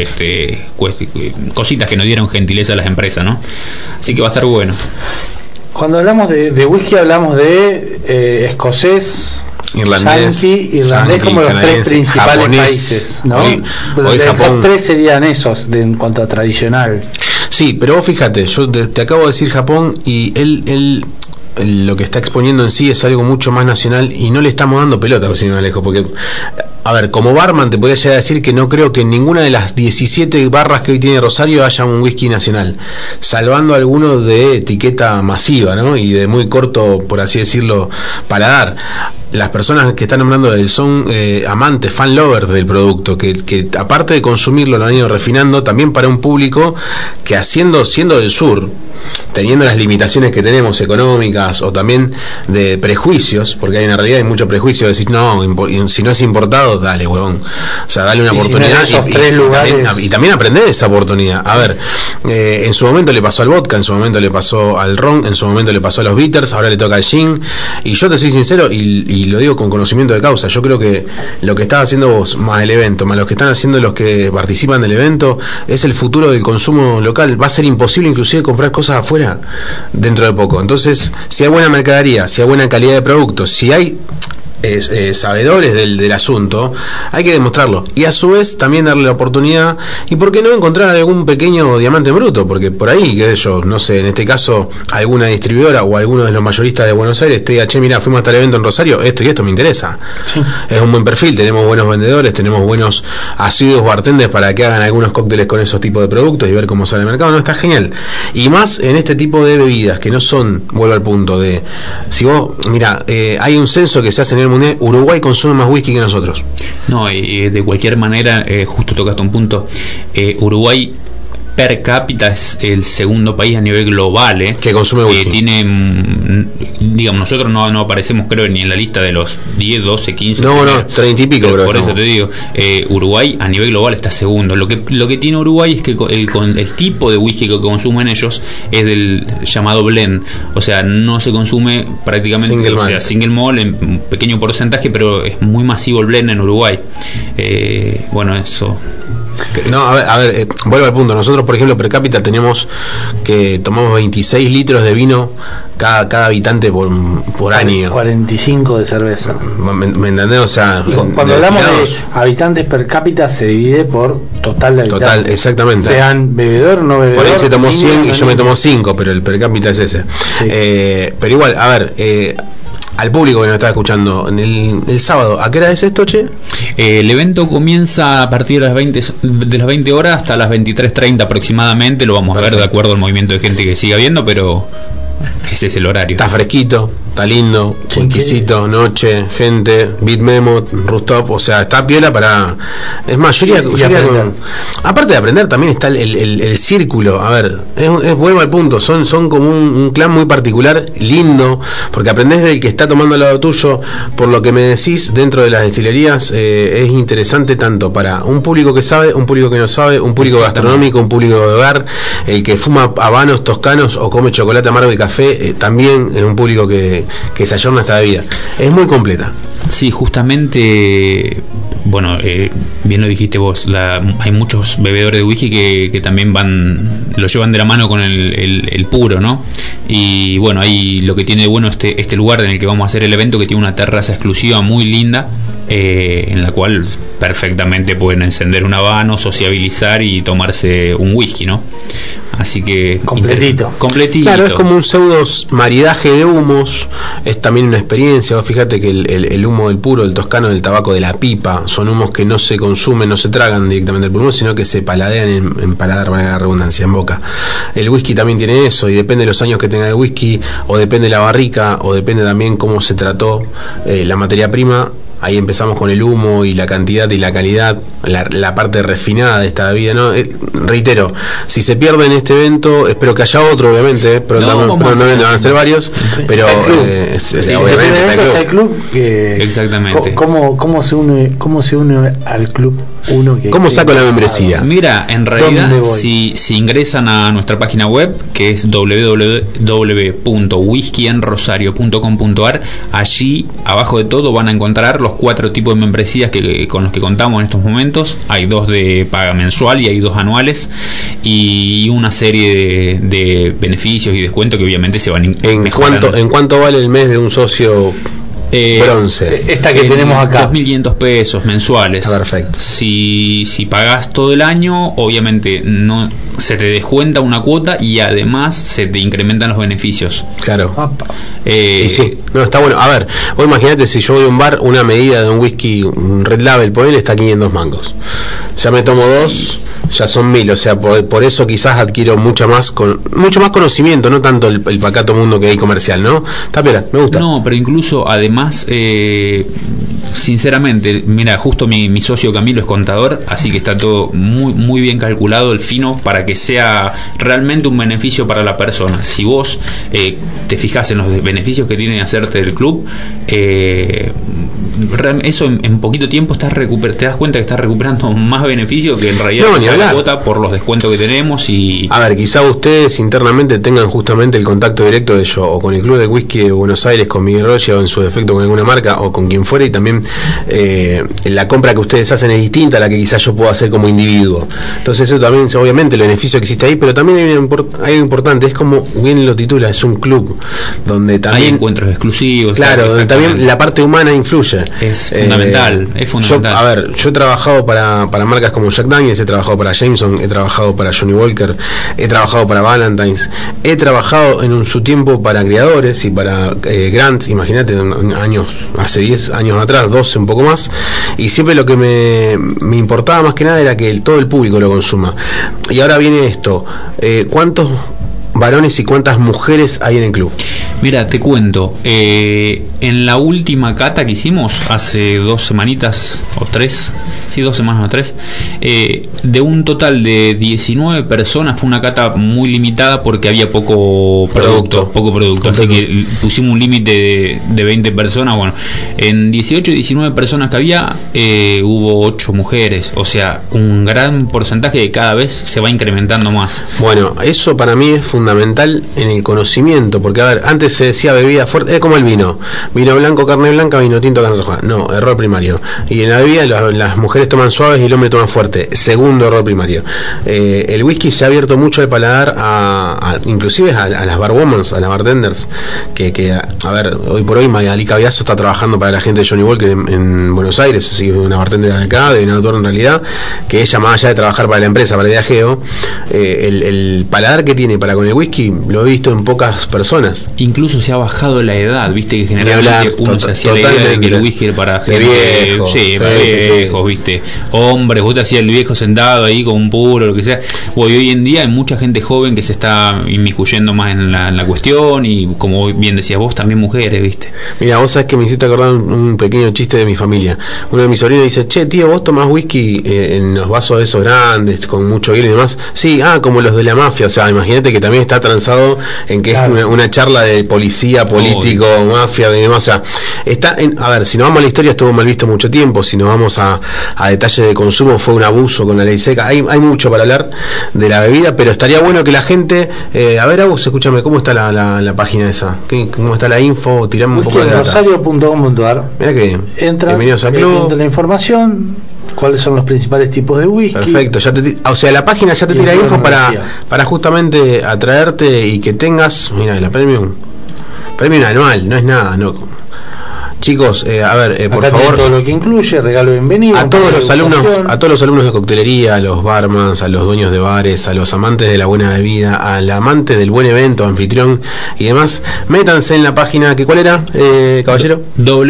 cositas que nos dieron gentileza a las empresas, ¿no? Así que va a estar bueno. Cuando hablamos de whisky hablamos de escocés, irlandés, irlandés como los 3 principales japonés, países, ¿no? Hoy Japón. Los 3 serían esos en cuanto a tradicional. Sí, pero vos fíjate, yo te acabo de decir Japón, y él lo que está exponiendo en sí es algo mucho más nacional, y no le estamos dando pelota, si no me alejo, porque, a ver, como barman te podría llegar a decir que no creo que en ninguna de las 17 barras que hoy tiene Rosario haya un whisky nacional, salvando algunos de etiqueta masiva, ¿no? Y de muy corto, por así decirlo, paladar. Las personas que están nombrando son amantes, fan lovers del producto, que aparte de consumirlo lo han ido refinando también para un público que siendo del sur, teniendo las limitaciones que tenemos económicas o también de prejuicios, porque hay en realidad hay mucho prejuicio de decir, no, si no es importado, dale, huevón, o sea, dale una oportunidad, y también aprender esa oportunidad. A ver, en su momento le pasó al vodka, en su momento le pasó al ron, en su momento le pasó a los bitters, ahora le toca al gin, y yo te soy sincero, y lo digo con conocimiento de causa, yo creo que lo que estás haciendo vos, más el evento, más lo que están haciendo los que participan del evento, es el futuro del consumo local. Va a ser imposible inclusive comprar cosas afuera dentro de poco. Entonces, si hay buena mercadería, si hay buena calidad de productos, si hay sabedores del asunto, hay que demostrarlo, y a su vez también darle la oportunidad, y por qué no encontrar algún pequeño diamante en bruto, porque por ahí, qué sé yo, no sé, en este caso alguna distribuidora o alguno de los mayoristas de Buenos Aires te diga, che, mira, fuimos hasta el evento en Rosario, esto y esto me interesa. Sí. Es un buen perfil, tenemos buenos vendedores, tenemos buenos asiduos bartenders para que hagan algunos cócteles con esos tipos de productos y ver cómo sale el mercado. No, está genial, y más en este tipo de bebidas que no son, vuelvo al punto de, si vos, mira, hay un censo que se hace en el mundial, Uruguay consume más whisky que nosotros. No, de cualquier manera, justo tocaste un punto, Uruguay per cápita es el segundo país a nivel global que consume whisky. Tiene, digamos, nosotros no aparecemos creo ni en la lista de los 10, 12, 15 no, 30 y pico, pero por eso te digo, Uruguay a nivel global está segundo. Lo que tiene Uruguay es que el tipo de whisky que consumen ellos es del llamado blend, o sea, no se consume prácticamente single malt en un pequeño porcentaje, pero es muy masivo el blend en Uruguay. Bueno, eso. No, a ver, vuelvo al punto. Nosotros, por ejemplo, per cápita tomamos 26 litros de vino cada habitante por año. 45 de cerveza. ¿Me entendés? O sea, cuando hablamos de habitantes per cápita se divide por total de habitantes. Total, exactamente. Sean bebedor o no bebedor. Por ahí se tomó 100 y yo me tomo 5, pero el per cápita es ese. Sí. Pero igual, a ver, al público que nos está escuchando, el sábado, ¿a qué hora es esto, che? El evento comienza a partir de las 20 horas hasta las 23:30 aproximadamente. Lo vamos a ver de acuerdo al movimiento de gente que siga viendo, pero ese es el horario. Está fresquito, está lindo, whiskycito, noche, gente, beat memo, rooftop, o sea, está piola para... Es más, yo iría aparte de aprender, también está el círculo. A ver, es vuelvo al punto, son como un clan muy particular, lindo, porque aprendés del que está tomando al lado tuyo. Por lo que me decís, dentro de las destilerías es interesante tanto para un público que sabe, un público que no sabe, un público gastronómico, un público de hogar, el que fuma habanos toscanos o come chocolate amargo y café, también es un público que se ayorna esta bebida. Es muy completa. Sí, justamente, bueno, bien lo dijiste vos, hay muchos bebedores de whisky que también lo llevan de la mano con el puro, ¿no? Y bueno, ahí lo que tiene de bueno este lugar en el que vamos a hacer el evento, que tiene una terraza exclusiva muy linda, en la cual perfectamente pueden encender un habano, sociabilizar y tomarse un whisky, ¿no? Así que Completito. Completito. Claro, es como un pseudo maridaje de humos, es también una experiencia. Vos fíjate que el humo del puro, el toscano, del tabaco, de la pipa, son humos que no se consumen, no se tragan directamente del pulmón, sino que se paladean en paladar, para la redundancia, en boca. El whisky también tiene eso, y depende de los años que tenga el whisky, o depende de la barrica, o depende también cómo se trató la materia prima. Ahí empezamos con el humo y la cantidad y la calidad, la parte refinada de esta bebida, ¿no? Reitero, si se pierde en este evento, espero que haya otro, obviamente, pero no van a ser varios, pero obviamente está el club. Exactamente. ¿Cómo se une al club uno que ¿Cómo saco la membresía? Mira, en realidad, si ingresan a nuestra página web, que es www.whiskyenrosario.com.ar, allí abajo de todo van a encontrar los 4 tipos de membresías con los que contamos en estos momentos. Hay 2 de paga mensual y hay 2 anuales, y una serie de beneficios y descuentos que obviamente se van mejorando. ¿En cuánto vale el mes de un socio bronce? Esta que tenemos acá, 2.500 pesos mensuales. Perfecto. Si pagás todo el año, obviamente no se te descuenta una cuota y además se te incrementan los beneficios. Claro. Y sí, no, está bueno. A ver, vos imagínate, si yo voy a un bar, una medida de un whisky, un Red Label, por él está 500 mangos. Ya me tomo 2, ya son 1000, o sea, por eso quizás adquiero mucho más conocimiento, no tanto el pacato mundo que hay comercial, ¿no? Está pera, me gusta. No, pero incluso además, sinceramente, mira, justo mi socio Camilo es contador, así que está todo muy, muy bien calculado, el fino, para que sea realmente un beneficio para la persona. Si vos te fijas en los beneficios que tiene hacerte el club, eso en poquito tiempo te das cuenta que estás recuperando más beneficio que en realidad la cuota, por los descuentos que tenemos. Y a ver, quizá ustedes internamente tengan justamente el contacto directo de ello, o con el Club de Whisky de Buenos Aires, con Miguel Rocha, o en su defecto con alguna marca, o con quien fuera, y también la compra que ustedes hacen es distinta a la que quizás yo puedo hacer como individuo. Entonces eso también, obviamente, el beneficio que existe ahí, pero también hay algo importante, es como bien lo titula, es un club donde también hay encuentros exclusivos. Claro, donde también la parte humana influye. Es fundamental, es fundamental. Yo he trabajado para marcas como Jack Daniels, he trabajado para Jameson, he trabajado para Johnny Walker, he trabajado para Valentine's, he trabajado en su tiempo para Creadores y para Grant, imagínate, hace 10 años atrás, 12, un poco más, y siempre lo que me importaba más que nada era que todo el público lo consuma. Y ahora viene esto, ¿cuántos varones y cuántas mujeres hay en el club? Mira, te cuento, en la última cata que hicimos hace 2 semanitas o 3, sí, 2 semanas o 3, de un total de 19 personas, fue una cata muy limitada porque había poco producto, así que pusimos un límite de 20 personas. Bueno, en 18 y 19 personas que había, hubo 8 mujeres, o sea, un gran porcentaje que cada vez se va incrementando más. Bueno, eso para mí es fundamental en el conocimiento, porque a ver, antes se decía bebida fuerte, es como el vino blanco, carne blanca, vino tinto, carne roja. No, error primario. Y en la bebida las mujeres toman suaves y el hombre toma fuerte. Segundo error primario. El whisky se ha abierto mucho el paladar inclusive a las barwomen, a las bartenders, que a ver, hoy por hoy Magali Caviazo está trabajando para la gente de Johnny Walker en Buenos Aires, así que una bartender de acá, de Vinator en realidad, que ella, más allá de trabajar para la empresa, para Diageo, el paladar que tiene para con el whisky lo he visto en pocas personas. Incluso se ha bajado la edad, viste que generalmente uno se hacía la idea de que el whisky era para gente viejos, viejos, viste, hombres, vos te hacías el viejo sentado ahí con un puro, lo que sea. Bueno, y hoy en día hay mucha gente joven que se está inmiscuyendo más en la cuestión, y como bien decías vos, también mujeres, viste. Mira, vos sabés que me hiciste acordar un pequeño chiste de mi familia. Uno de mis sobrinos dice: che, tío, vos tomás whisky en los vasos de esos grandes, con mucho hielo y demás. Sí, como los de la mafia. O sea, imagínate que también está transado en que claro, es una charla de policía, político, mafia y demás. O sea, a ver, si nos vamos a la historia, estuvo mal visto mucho tiempo. Si nos vamos a detalles de consumo, fue un abuso con la ley seca. Hay mucho para hablar de la bebida, pero estaría bueno que la gente, a ver, Agus, escúchame, ¿cómo está la página esa? ¿Cómo está la info? Tirame un poco de data. Rosario.com.ar. Mira que entra, bienvenidos al club. La información, cuáles son los principales tipos de whisky. Perfecto, o sea, la página ya te tira info para justamente atraerte y que tengas, mira, la premium anual, no es nada, no Chicos, a ver, por Acá favor, todo lo que incluye, regalo bienvenido. a todos los alumnos, degustación. a todos los alumnos de coctelería, a los barmans, a los dueños de bares, a los amantes de la buena bebida, al amante del buen evento, anfitrión y demás, métanse en la página, ¿cuál era, caballero?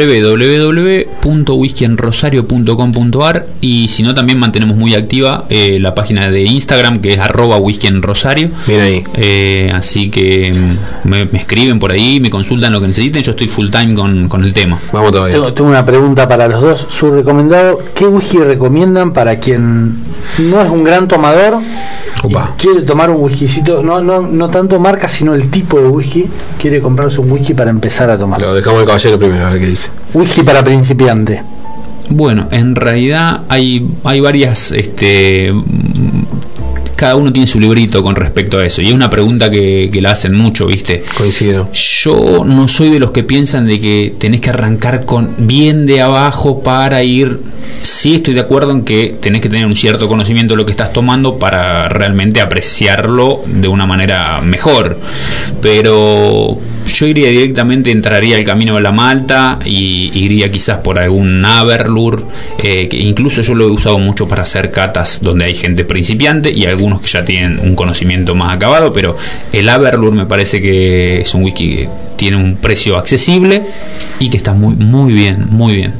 www.whiskyenrosario.com.ar, y si no, también mantenemos muy activa la página de Instagram, que es @whiskyenrosario. Bien ahí. Así que me escriben por ahí, me consultan lo que necesiten. Yo estoy full time con el tema. Vamos todavía. Tengo una pregunta para los dos. Su recomendado, ¿qué whisky recomiendan para quien no es un gran tomador Opa. y quiere tomar un whiskycito? No tanto marca, sino el tipo de whisky. Quiere comprarse un whisky para empezar a tomar. Lo dejamos al caballero primero, a ver qué dice. Whisky para principiante. Bueno, en realidad hay varias, cada uno tiene su librito con respecto a eso, y es una pregunta que la hacen mucho, ¿viste? Coincido. Yo no soy de los que piensan de que tenés que arrancar con bien de abajo para ir. Sí, estoy de acuerdo en que tenés que tener un cierto conocimiento de lo que estás tomando para realmente apreciarlo de una manera mejor, pero yo iría directamente, entraría al camino de la malta y iría quizás por algún Aberlour, que incluso yo lo he usado mucho para hacer catas donde hay gente principiante y algunos que ya tienen un conocimiento más acabado, pero el Aberlour me parece que es un whisky que tiene un precio accesible y que está muy, muy bien, muy bien.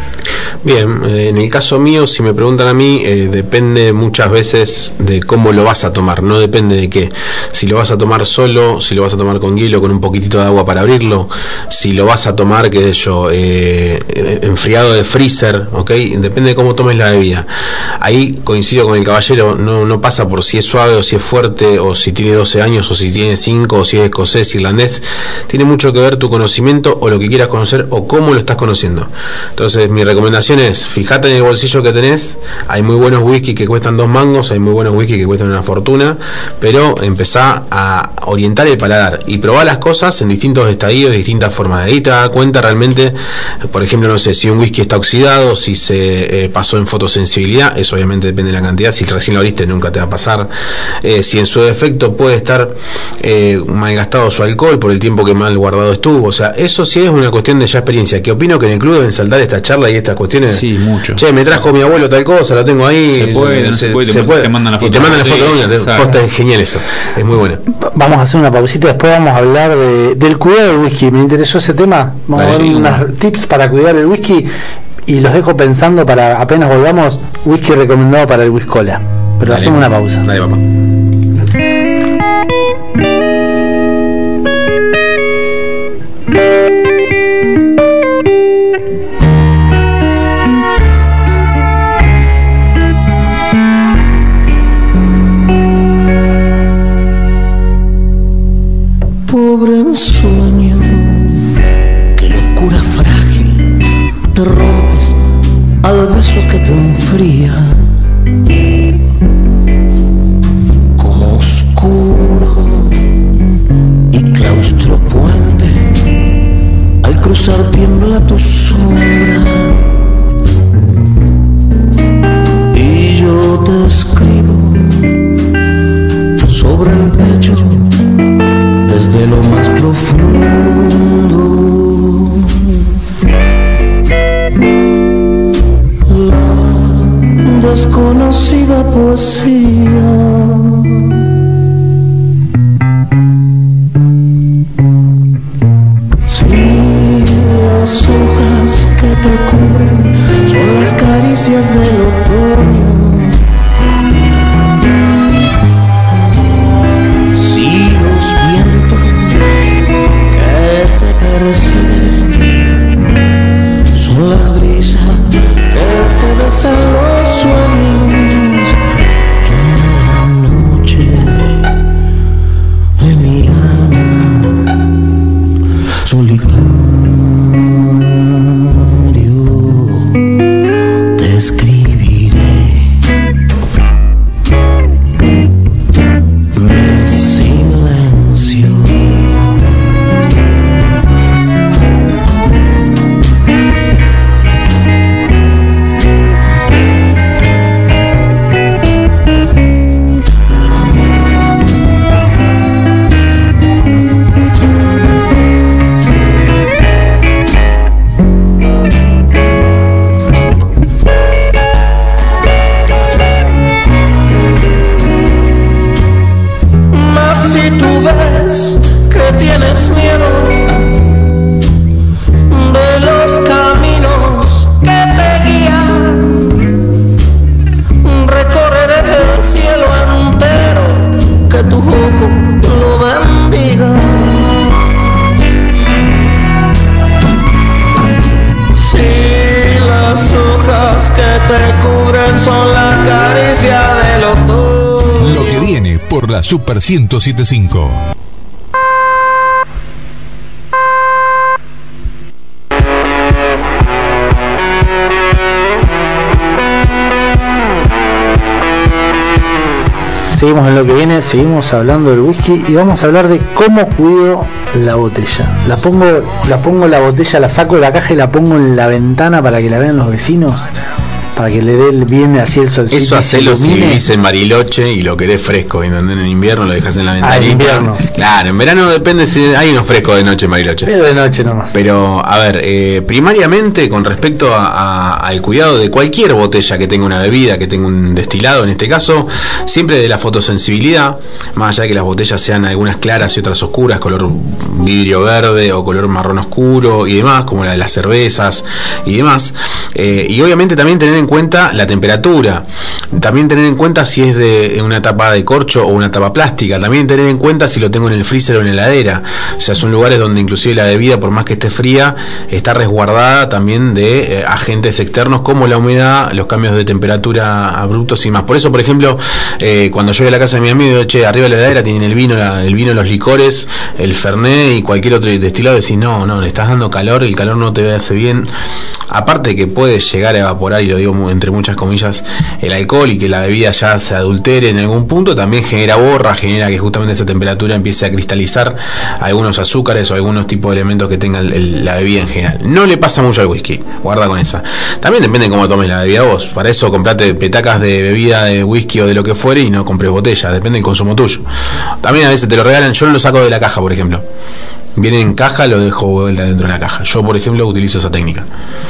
Bien, en el caso mío, si me preguntan a mí, depende muchas veces de cómo lo vas a tomar, no depende de qué. Si lo vas a tomar solo, si lo vas a tomar con hielo, con un poquitito de agua para abrirlo, si lo vas a tomar, qué sé yo, enfriado de freezer, ¿ok? Depende de cómo tomes la bebida. Ahí coincido con el caballero, no pasa por si es suave o si es fuerte, o si tiene 12 años, o si tiene 5, o si es escocés, irlandés. Tiene mucho que ver tu conocimiento, o lo que quieras conocer, o cómo lo estás conociendo. Entonces, mi recomendación es, fíjate en el bolsillo que tenés. Hay muy buenos whisky que cuestan 2 mangos, hay muy buenos whisky que cuestan una fortuna, pero empezá a orientar el paladar y probá las cosas en distintos estadios, de distintas formas. De ahí te das cuenta realmente, por ejemplo, no sé, si un whisky está oxidado, si se pasó en fotosensibilidad, eso obviamente depende de la cantidad. Si recién lo abriste nunca te va a pasar. Si en su defecto puede estar malgastado su alcohol por el tiempo que mal guardado estuvo. O sea, eso sí es una cuestión de ya experiencia, que opino que en el club deben saltar esta charla y estas cuestiones. Sí, mucho. Che, me trajo mi abuelo tal cosa, la tengo ahí. Se puede, no se puede, te mandan la foto. Y te mandan la foto de una. Exacto. Posta, es genial eso, es muy buena. Vamos a hacer una pausita, después vamos a hablar del cuidado del whisky. Me interesó ese tema. Vamos a dar unos tips para cuidar el whisky y los dejo pensando para apenas volvamos. Whisky recomendado para el Whiskola. Pero Dale, hacemos una pausa. Dale, papá. Pobre ensueño, qué locura frágil, te rompes al beso que te enfría, como oscuro y claustro puente, al cruzar tiembla tu sombra, y yo te escribo sobre el pecho desde lo más profundo. La desconocida poesía si las hojas que te cubren son las caricias del otoño, son las brisas que te besan los sueños. Yo en la noche de mi alma solitario te escribo. la Super 1075. Seguimos en lo que viene, seguimos hablando del whisky y vamos a hablar de cómo cuido la botella. La pongo la botella, la saco de la caja y la pongo en la ventana para que la vean los vecinos, para que le dé bien así el solcito. Eso hacelo si vivís en Bariloche y lo querés fresco, y en invierno lo dejas en la ventanita. En invierno. Claro, en verano depende si hay unos frescos de noche en Bariloche. Pero de noche nomás. Pero, a ver, primariamente con respecto al cuidado de cualquier botella que tenga una bebida, que tenga un destilado, en este caso, siempre de la fotosensibilidad, más allá de que las botellas sean algunas claras y otras oscuras, color vidrio verde o color marrón oscuro y demás, como la de las cervezas y demás. Y obviamente también tener en cuenta la temperatura, también tener en cuenta si es de una tapa de corcho o una tapa plástica, también tener en cuenta si lo tengo en el freezer o en la heladera. O sea, son lugares donde inclusive la bebida, por más que esté fría, está resguardada también de agentes externos como la humedad, los cambios de temperatura abruptos y más. Por eso, por ejemplo, cuando yo voy a la casa de mi amigo, digo, che, arriba de la heladera tienen el vino, los licores, el fernet y cualquier otro destilado, decís, no, le estás dando calor, el calor no te hace bien. Aparte que puede llegar a evaporar, y lo digo entre muchas comillas, el alcohol, y que la bebida ya se adultere en algún punto, también genera borra, genera que justamente esa temperatura empiece a cristalizar algunos azúcares o algunos tipos de elementos que tenga la bebida en general. No le pasa mucho al whisky, guarda con esa. También depende de cómo tomes la bebida vos. Para eso comprate petacas de bebida, de whisky o de lo que fuere, y no compres botellas, depende del consumo tuyo. También a veces te lo regalan, yo no lo saco de la caja, por ejemplo. Viene en caja, lo dejo vuelta dentro de la caja. Yo, por ejemplo, utilizo esa técnica.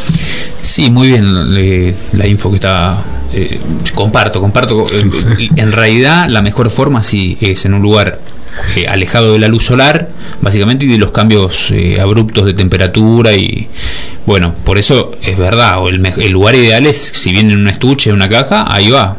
Sí, muy bien la info que está. Comparto. En realidad, la mejor forma sí es en un lugar alejado de la luz solar, básicamente, y de los cambios abruptos de temperatura. Y bueno, por eso es verdad, el lugar ideal es, si viene en un estuche, en una caja, ahí va.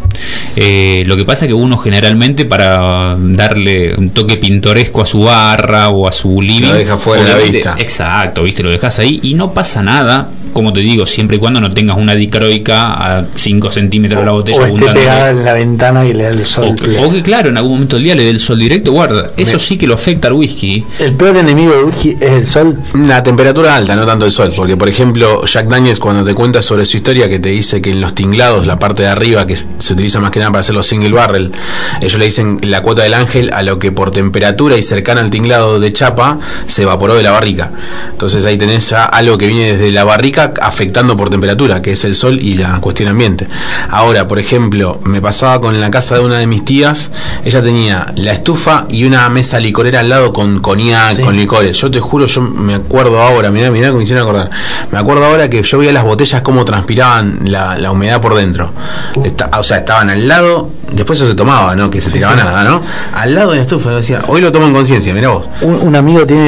Lo que pasa es que uno generalmente, para darle un toque pintoresco a su barra o a su living, lo deja fuera de la vista. Exacto, viste, lo dejas ahí y no pasa nada, como te digo, siempre y cuando no tengas una dicroica a 5 centímetros de la botella, o esté pegada en la ventana y le da el sol. O que claro, en algún momento del día le dé el sol directo, guarda. Eso sí que lo afecta al whisky. El peor enemigo del whisky es el sol. La temperatura alta, no tanto el sol, porque por ejemplo Jack Daniels, cuando te cuenta sobre su historia, que te dice que en los tinglados, la parte de arriba, que se utiliza más que nada para hacer los single barrel, ellos le dicen la cuota del ángel a lo que por temperatura y cercana al tinglado de chapa se evaporó de la barrica. Entonces ahí tenés ya algo que viene desde la barrica afectando por temperatura, que es el sol y la cuestión ambiente. Ahora, por ejemplo, me pasaba con la casa de una de mis tías, ella tenía la estufa y una mesa licorera al lado con cognac, sí, con licores. Yo te juro, yo me acuerdo ahora, mirá que me hicieron acordar. Me acuerdo ahora que yo veía las botellas cómo transpiraban la humedad por dentro. O sea, estaban al lado, después eso se tomaba, ¿no? Que se tiraba nada, ¿no? Al lado de la estufa, yo decía, hoy lo tomo en conciencia, mirá vos. Un amigo tiene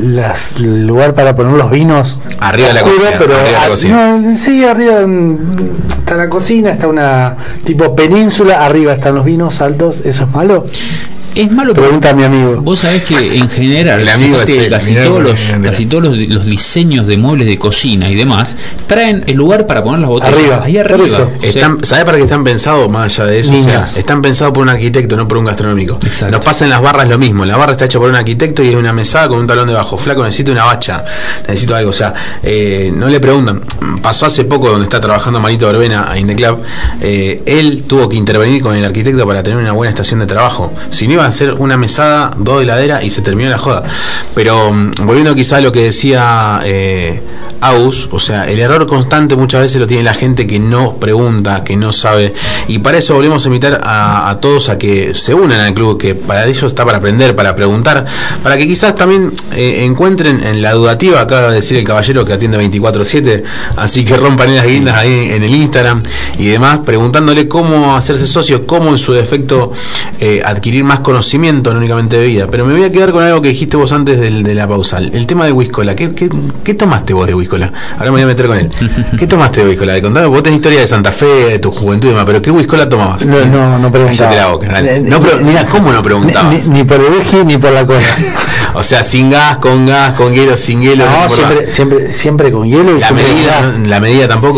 el lugar para poner los vinos arriba de la cocina. Pero arriba de la cocina. No, sí, arriba está la cocina, está una tipo península, arriba están los vinos altos. ¿Eso es malo? Es malo, pregunta a mi amigo. Vos sabés que en general casi todos los diseños de muebles de cocina y demás traen el lugar para poner las botellas ahí arriba. ¿Sabés para qué están pensados más allá de eso? O sea, están pensados por un arquitecto, no por un gastronómico. Exacto. Nos pasa en las barras lo mismo. La barra está hecha por un arquitecto y es una mesada con un talón debajo. Flaco, necesito una bacha, necesito algo. O sea, no le preguntan. Pasó hace poco, donde está trabajando Marito Verbena a Indeclub, él tuvo que intervenir con el arquitecto para tener una buena estación de trabajo. Si no, iba a hacer una mesada, 2 heladeras y se terminó la joda. Pero volviendo quizá a lo que decía Agus, o sea, el error constante muchas veces lo tiene la gente que no pregunta, que no sabe, y para eso volvemos a invitar a todos a que se unan al club, que para ellos está para aprender, para preguntar, para que quizás también encuentren en la dudativa, acaba de decir el caballero que atiende 24/7, así que rompan las guindas ahí en el Instagram y demás, preguntándole cómo hacerse socio, cómo en su defecto adquirir más conocimiento, no únicamente de vida. Pero me voy a quedar con algo que dijiste vos antes de la pausa, el tema de Whiskola. ¿Qué tomaste vos de Whiskola? Ahora me voy a meter con él. ¿Qué tomaste de Whiskola? Contame, vos tenés historia de Santa Fe, de tu juventud y demás, pero ¿qué Whiskola tomabas? No preguntaba. Cállate la boca, dale. Mirá, ¿cómo no preguntabas? Ni por el whisky ni por la cola. O sea, sin gas, con hielo, sin hielo. No, siempre con hielo. Y ¿La medida tampoco?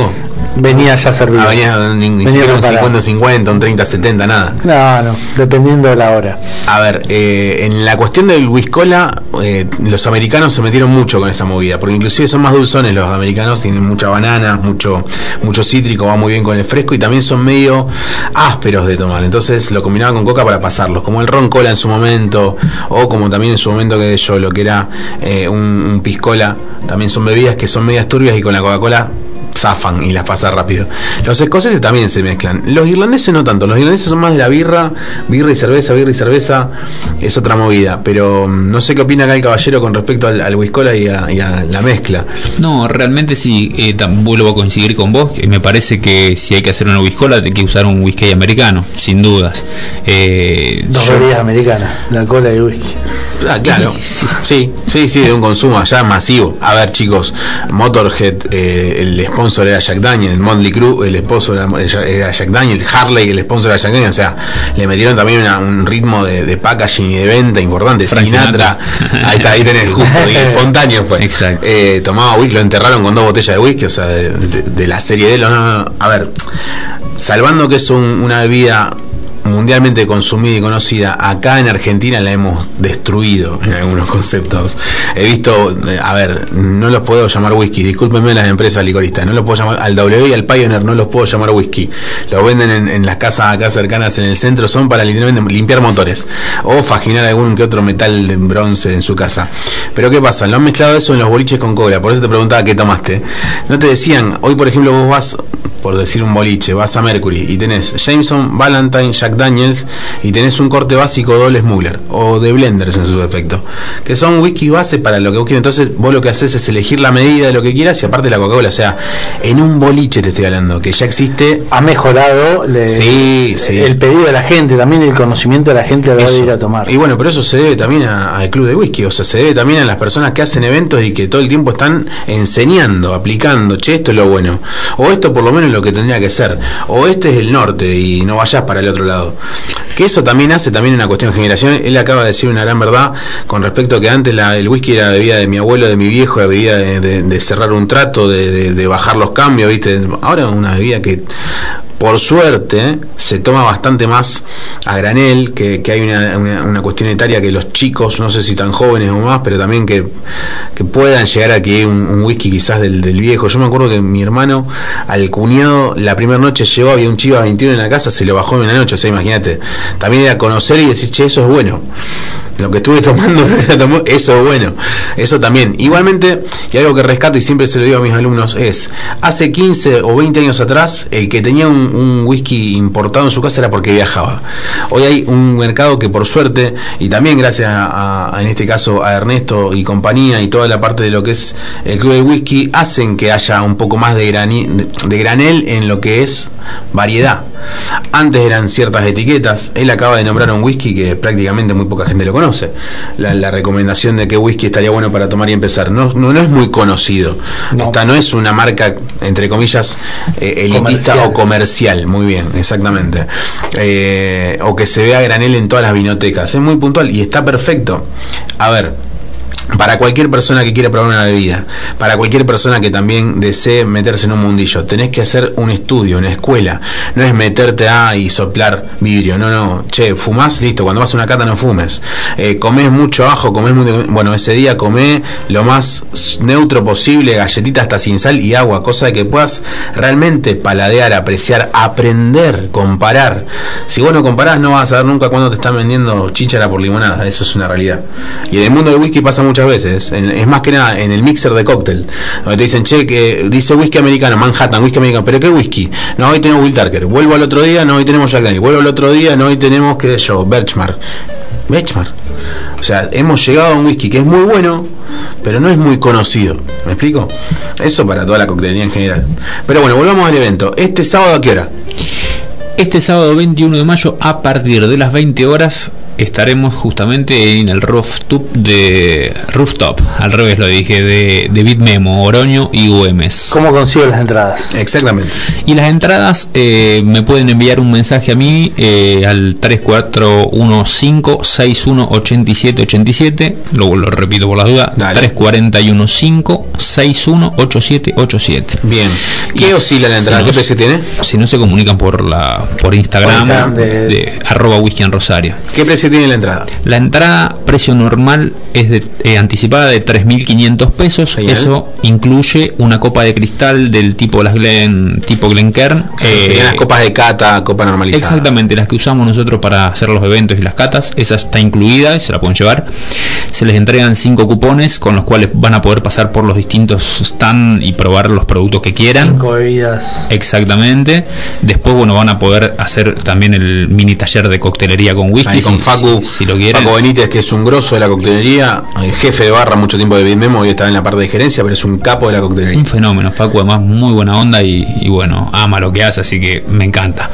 venía ya servido. Venía ni siquiera un 50-50, un 30-70, nada. No, dependiendo de la hora. A ver, en la cuestión del whiskola, los americanos se metieron mucho con esa movida, porque inclusive son más dulzones los americanos, tienen mucha banana, mucho cítrico, va muy bien con el fresco, y también son medio ásperos de tomar, entonces lo combinaban con coca para pasarlos, como el ron cola en su momento, o como también en su momento que yo lo que era un piscola, también son bebidas que son medias turbias y con la Coca-Cola zafan y las pasa rápido. Los escoceses también se mezclan. Los irlandeses no tanto. Los irlandeses son más de la birra y cerveza. Es otra movida. Pero no sé qué opina acá el caballero con respecto al whiskola y a la mezcla. No, realmente sí. Vuelvo a coincidir con vos. Que me parece que si hay que hacer una whiskola, hay que usar un whisky americano, sin dudas. Dos bebidas americanas, la cola y el whisky. Claro. Sí, de un consumo allá masivo. A ver, chicos, Motorhead, el sponsor era Jack Daniel, Motley Crue, el sponsor era Jack Daniel, Harley, el sponsor era Jack Daniel, o sea, le metieron también un ritmo de packaging y de venta importante. Sinatra, ahí tenés justo, y espontáneo fue. Exacto. Tomaba whisky, lo enterraron con 2 botellas de whisky, o sea, de la serie de él. No. A ver, salvando que es una bebida mundialmente consumida y conocida, acá en Argentina la hemos destruido en algunos conceptos. He visto, a ver, no los puedo llamar whisky, discúlpenme las empresas licoristas, no los puedo llamar, al W y al Pioneer no los puedo llamar whisky, los venden en las casas acá cercanas en el centro, son para literalmente limpiar motores o faginar algún que otro metal de bronce en su casa. Pero ¿qué pasa? Lo han mezclado eso en los boliches con cola, por eso te preguntaba qué tomaste. No te decían, hoy por ejemplo vos vas, por decir un boliche, vas a Mercury y tenés Jameson, Valentine, Jack Daniels y tenés un corte básico doble Smuggler o de blenders en su defecto, que son whisky base para lo que vos quieras. Entonces vos lo que haces es elegir la medida de lo que quieras y aparte la Coca-Cola, o sea, en un boliche te estoy hablando, que ya existe. Ha mejorado el pedido de la gente, también el conocimiento de la gente a la hora de ir a tomar. Y bueno, pero eso se debe también al club de whisky, o sea, se debe también a las personas que hacen eventos y que todo el tiempo están enseñando, aplicando, che, esto es lo bueno, o esto por lo menos es lo que tendría que ser, o este es el norte y no vayas para el otro lado. Que eso también hace también una cuestión de generación. Él acaba de decir una gran verdad con respecto a que antes el whisky era bebida de mi abuelo, de mi viejo, bebida de cerrar un trato, de bajar los cambios, ¿viste? Ahora una bebida que por suerte se toma bastante más a granel, que hay una cuestión etaria que los chicos, no sé si tan jóvenes o más, pero también que puedan llegar a que un whisky quizás del viejo. Yo me acuerdo que mi hermano al cuñado la primera noche llegó, había un Chivas 21 en la casa, se lo bajó en la noche, o sea, imagínate, también era conocer y decir, che, eso es bueno, lo que estuve tomando eso es bueno, eso también. Igualmente, y algo que rescato y siempre se lo digo a mis alumnos es, hace 15 o 20 años atrás, el que tenía un whisky importado en su casa era porque viajaba. Hoy hay un mercado que por suerte, y también gracias en este caso a Ernesto y compañía y toda la parte de lo que es el club de whisky, hacen que haya un poco más de granel en lo que es variedad. Antes eran ciertas etiquetas. Él acaba de nombrar un whisky que prácticamente muy poca gente lo conoce. La recomendación de qué whisky estaría bueno para tomar y empezar no es muy conocido. Esta no es una marca, entre comillas, elitista comercial. O comercial. Muy bien, exactamente. O que se vea a granel en todas las vinotecas. Es muy puntual y está perfecto. A ver, para cualquier persona que quiera probar una bebida, para cualquier persona que también desee meterse en un mundillo, tenés que hacer un estudio, una escuela. No es meterte y soplar vidrio. No. Che, fumás, listo. Cuando vas a una cata no fumes. Comés mucho ajo, bueno, ese día comé lo más neutro posible, galletita hasta sin sal y agua, cosa de que puedas realmente paladear, apreciar, aprender, comparar. Si vos no comparás, no vas a saber nunca cuándo te están vendiendo chíchara por limonada. Eso es una realidad. Y en el mundo del whisky pasa muchas veces, es más que nada en el mixer de cóctel, donde te dicen, che, que dice whisky americano, Manhattan, whisky americano, pero ¿qué whisky? No, hoy tenemos Will Tucker. Vuelvo al otro día, no, hoy tenemos Jack Daniel. Vuelvo al otro día, no, hoy tenemos, qué sé yo, Benchmark. O sea, hemos llegado a un whisky que es muy bueno, pero no es muy conocido. ¿Me explico? Eso para toda la coctelería en general. Pero bueno, volvamos al evento. Este sábado, ¿a qué hora? Este sábado 21 de mayo a partir de las 20 horas estaremos justamente en el rooftop al revés lo dije, de Bitmemo, Oroño y Güemes. ¿Cómo consigo las entradas? Exactamente. Y las entradas me pueden enviar un mensaje a mí al 3415-618787. Lo repito por las dudas. 3415-618787. Bien. ¿Qué oscila la entrada? ¿Qué precio tiene? Si no se comunican por Instagram de @whisky en Rosario. ¿Qué precio tiene la entrada? La entrada, precio normal, es de anticipada de 3.500 pesos. Genial. Eso incluye una copa de cristal del tipo tipo Glencairn. Serían las copas de cata, copa normalizada. Exactamente, las que usamos nosotros para hacer los eventos y las catas. Esa está incluida y se la pueden llevar. Se les entregan 5 cupones con los cuales van a poder pasar por los distintos stands y probar los productos que quieran. 5 bebidas. Exactamente. Después, bueno, van a poder hacer también el mini taller de coctelería con whisky. Ahí con Facu, si lo quieren. Facu Benítez, que es un grosso de la coctelería, jefe de barra mucho tiempo de Bitmemo, hoy está en la parte de gerencia, pero es un capo de la coctelería. Un fenómeno, Facu, además muy buena onda y bueno, ama lo que hace, así que me encanta.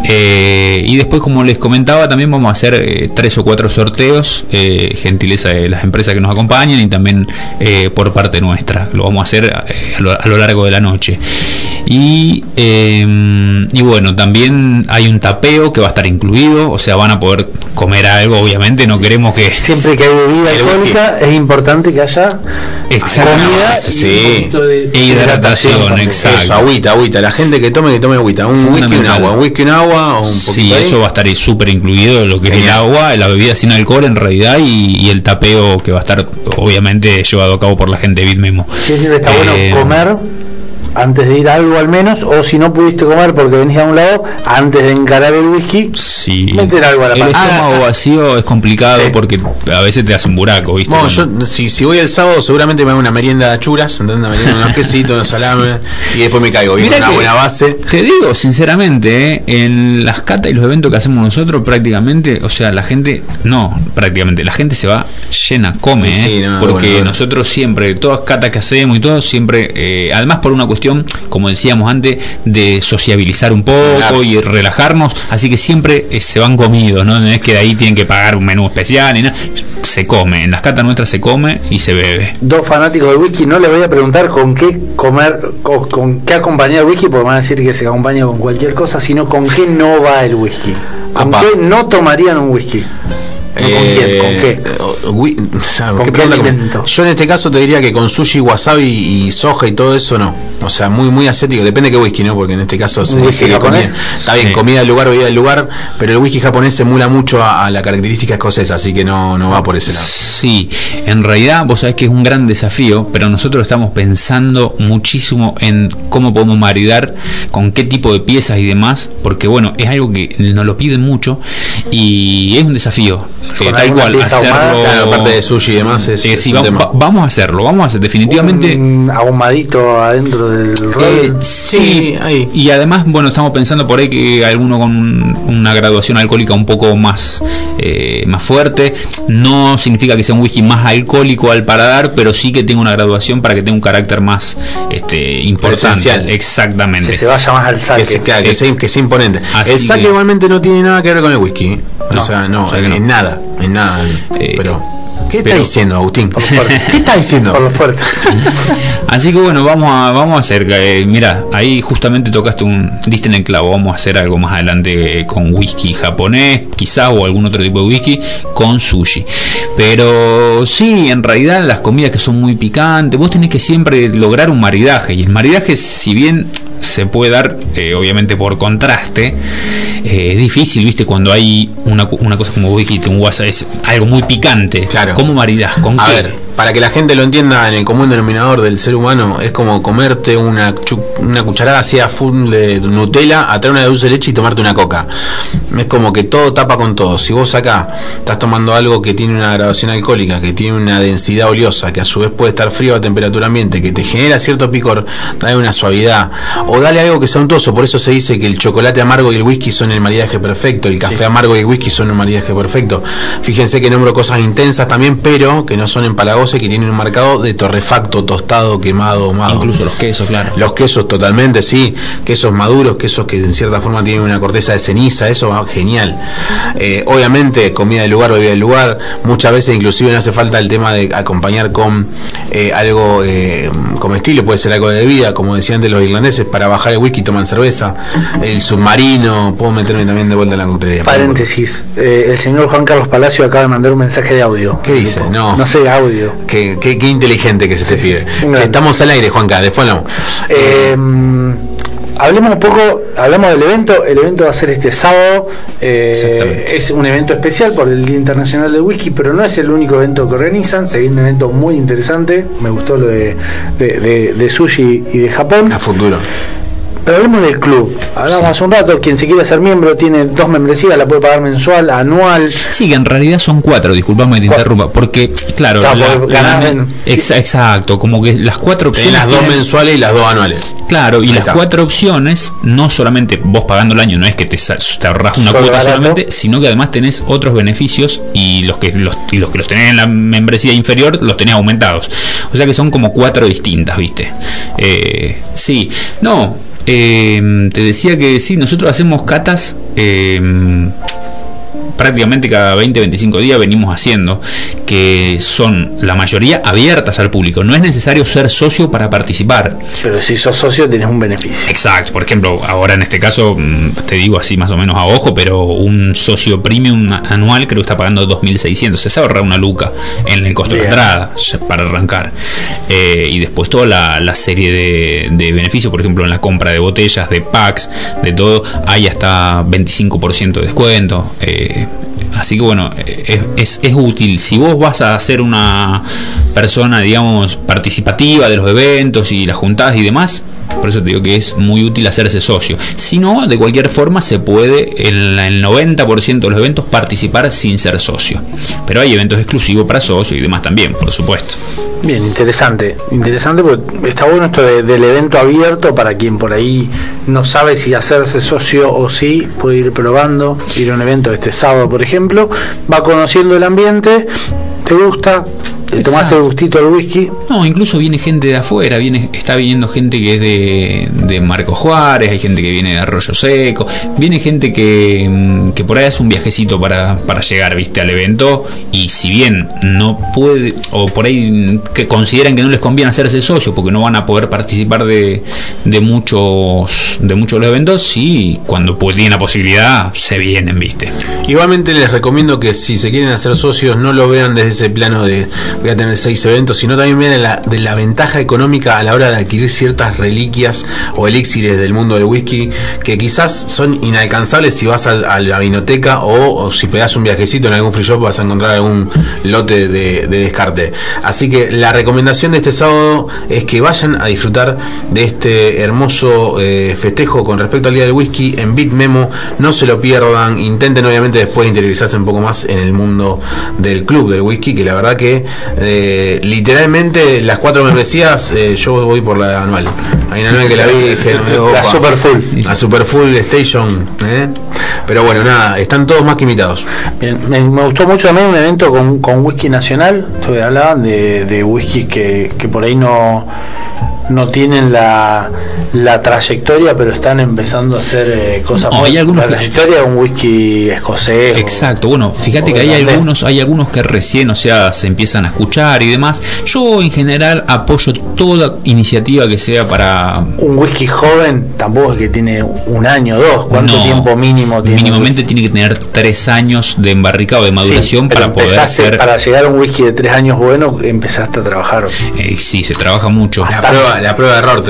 Y después, como les comentaba, también vamos a hacer 3 o 4 sorteos, gentileza de las empresas que nos acompañan y también por parte nuestra. Lo vamos a hacer a lo largo de la noche. Y bueno, también hay un tapeo que va a estar incluido, o sea, van a poder comer algo, obviamente, no queremos que... Siempre que hay bebida alcohólica es importante que haya comida y un poquito de hidratación, exacto. Eso, agüita, la gente que tome agüita, un whisky, un agua o un poquito. Sí, eso va a estar súper incluido, lo que es el agua, la bebida sin alcohol en realidad y el tapeo que va a estar obviamente llevado a cabo por la gente de Bitmemo. Sí, está bueno comer antes de ir a algo al menos, o si no pudiste comer porque venís a un lado, antes de encarar el whisky, meter algo a la panza. El estómago vacío es complicado porque a veces te hace un buraco, ¿viste? Bueno, yo si voy el sábado seguramente me hago una merienda de churas, ¿entendés? Una merienda, unos quesitos, unos salames, y después me caigo, viene una buena base. Te digo sinceramente, en las catas y los eventos que hacemos nosotros prácticamente, o sea, la gente se va llena, come, porque nosotros siempre, todas catas que hacemos y todo, siempre, además por una cuestión, como decíamos antes, de sociabilizar un poco y relajarnos, así que siempre se van comidos, no es que de ahí tienen que pagar un menú especial ni nada, se come, en las catas nuestras se come y se bebe. Dos fanáticos del whisky, no les voy a preguntar con qué comer, con qué acompañar el whisky, porque van a decir que se acompaña con cualquier cosa, sino con qué no va el whisky, con qué no tomarían un whisky. ¿Con quién? ¿Con qué? ¿Con qué alimento? Yo en este caso te diría que con sushi, wasabi y soja y todo eso no. O sea, muy asiático. Depende de qué whisky, ¿no? Porque en este caso whisky japonés. Está bien, comida del lugar, bebida del lugar, pero el whisky japonés se emula mucho a la característica escocesa, así que no va por ese lado. Sí, en realidad vos sabés que es un gran desafío, pero nosotros estamos pensando muchísimo en cómo podemos maridar, con qué tipo de piezas y demás, porque bueno, es algo que nos lo piden mucho y es un desafío. Tal cual, hacerlo, aparte de sushi y demás sí, vamos a hacerlo, definitivamente un ahumadito adentro del rol. Sí, ahí. Y además, bueno, estamos pensando por ahí que alguno con una graduación alcohólica un poco más fuerte, no significa que sea un whisky más alcohólico al paladar, pero sí que tenga una graduación para que tenga un carácter más importante. Presencial. Exactamente. Que se vaya más al saque. Que sea imponente. El saque igualmente no tiene nada que ver con el whisky. No, o sea, en nada. Pero ¿qué está diciendo, Agustín? ¿Qué está diciendo? Por lo fuerte. Así que bueno, vamos a hacer, mira, ahí justamente diste en el clavo. Vamos a hacer algo más adelante con whisky japonés, quizás, o algún otro tipo de whisky con sushi. Pero sí, en realidad las comidas que son muy picantes, vos tenés que siempre lograr un maridaje, y el maridaje, si bien se puede dar obviamente por contraste, es difícil, viste, cuando hay una cosa como whisky, un WhatsApp, es algo muy picante. Claro. ¿Cómo maridás? ¿Con qué? A ver, para que la gente lo entienda, en el común denominador del ser humano, es como comerte una cucharada así a full de Nutella, atraer una de dulce de leche y tomarte una coca. Es como que todo tapa con todo. Si vos acá estás tomando algo que tiene una graduación alcohólica, que tiene una densidad oleosa, que a su vez puede estar frío a temperatura ambiente, que te genera cierto picor, dale una suavidad, o dale algo que sea untuoso. Por eso se dice que el chocolate amargo y el whisky son el maridaje perfecto, el café amargo y el whisky son un maridaje perfecto. Fíjense que nombro cosas intensas también, pero que no son empalagosas cosa y que tienen un marcado de torrefacto, tostado, quemado, ahumado. Incluso los quesos, claro. Los quesos totalmente, sí, quesos maduros, quesos que en cierta forma tienen una corteza de ceniza, eso va genial. Obviamente, comida del lugar, bebida del lugar, muchas veces inclusive no hace falta el tema de acompañar con algo comestible, puede ser algo de bebida, como decían antes los irlandeses, para bajar el whisky toman cerveza, el submarino, puedo meterme también de vuelta en la coctelería. Paréntesis, el señor Juan Carlos Palacio acaba de mandar un mensaje de audio. ¿Qué dice? No sé, audio. Qué inteligente que se pide. Que estamos al aire, Juanca, después no. Hablemos un poco, hablamos del evento. El evento va a ser este sábado. Es un evento especial por el Día Internacional del Whisky, pero no es el único evento que organizan. Se viene un evento muy interesante. Me gustó lo de sushi y de Japón. A futuro. Pero hablemos del club. Hablamos hace un rato, quien se quiera ser miembro tiene 2 membresías, la puede pagar mensual, anual. Sí, que en realidad son 4, disculpame que te interrumpa, porque claro, exacto, como que las 4 opciones, las 2 mensuales y las 2 anuales. Claro, y las 4 opciones, no solamente vos pagando el año, no es que te ahorras una cuota solamente, sino que además tenés otros beneficios y los que los tenés en la membresía inferior los tenés aumentados. O sea que son como 4 distintas, ¿viste? Sí, no. Te decía que sí, nosotros hacemos catas prácticamente cada 20-25 días venimos haciendo, que son la mayoría abiertas al público. No es necesario ser socio para participar. Pero si sos socio tenés un beneficio. Exacto. Por ejemplo, ahora en este caso, te digo así más o menos a ojo, pero un socio premium anual creo que está pagando 2.600. Se ahorra una luca en el costo de entrada para arrancar. Y después toda la serie de beneficios, por ejemplo, en la compra de botellas, de packs, de todo, hay hasta 25% de descuento. Así que bueno, es útil. Si vos vas a ser una persona, digamos, participativa de los eventos y las juntadas y demás, por eso te digo que es muy útil hacerse socio. Si no, de cualquier forma se puede en el 90% de los eventos participar sin ser socio. Pero hay eventos exclusivos para socios y demás también, por supuesto. Bien, interesante porque está bueno esto del evento abierto para quien por ahí no sabe si hacerse socio o sí, puede ir probando, ir a un evento este sábado por ejemplo, va conociendo el ambiente, te gusta, te tomaste el gustito al whisky. No, incluso viene gente de afuera, está viniendo gente que es de Marcos Juárez, hay gente que viene de Arroyo Seco, viene gente que por ahí hace un viajecito para llegar, viste, al evento, y si bien no puede, o por ahí que consideran que no les conviene hacerse socio porque no van a poder participar de muchos de los eventos, sí, cuando pues tienen la posibilidad se vienen, viste. Igualmente les recomiendo que si se quieren hacer socios no lo vean desde ese plano de voy a tener 6 eventos, sino también vean de la ventaja económica a la hora de adquirir ciertas reliquias o elixires del mundo del whisky que quizás son inalcanzables si vas a la vinoteca o si pegas un viajecito en algún free shop vas a encontrar algún lote de descarte. Así que la recomendación de este sábado es que vayan a disfrutar de este hermoso festejo con respecto al Día del Whisky en Beat Memo, no se lo pierdan, intenten obviamente después interiorizarse un poco más en el mundo del club del whisky, que la verdad que literalmente las 4 membresías yo voy por la anual. Hay una anual que la vi la Super Full, la Super Full Station, pero bueno, nada, están todos más que invitados. Bien, me gustó mucho también un evento con whisky nacional. Ustedes hablaban de whiskies que por ahí no tienen la trayectoria, pero están empezando a hacer cosas hay algunos la trayectoria de un whisky escocés. Exacto, bueno, fíjate que hay algunos que recién, o sea, se empiezan a escuchar y demás. Yo en general apoyo toda iniciativa que sea para un whisky joven, tampoco es que tiene un año o 2. ¿Cuánto tiempo mínimo tiene? Mínimamente tiene que tener 3 años de embarricado, de maduración, para poder hacer. Para llegar a un whisky de 3 años bueno, empezaste a trabajar. Sí, se trabaja mucho. La prueba de error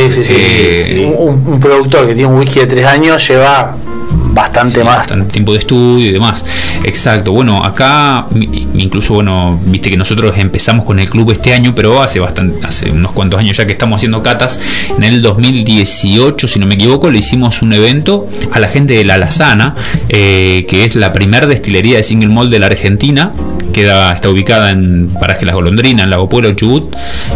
sí. Un productor que tiene un whisky de 3 años lleva bastante tiempo de estudio y demás. Exacto. Bueno, acá incluso, bueno, viste que nosotros empezamos con el club este año, pero hace unos cuantos años ya que estamos haciendo catas. En el 2018, si no me equivoco, le hicimos un evento a la gente de La Alazana, que es la primer destilería de single malt de la Argentina. Está ubicada en Paraje Las Golondrinas, en Lago Pueblo, Chubut,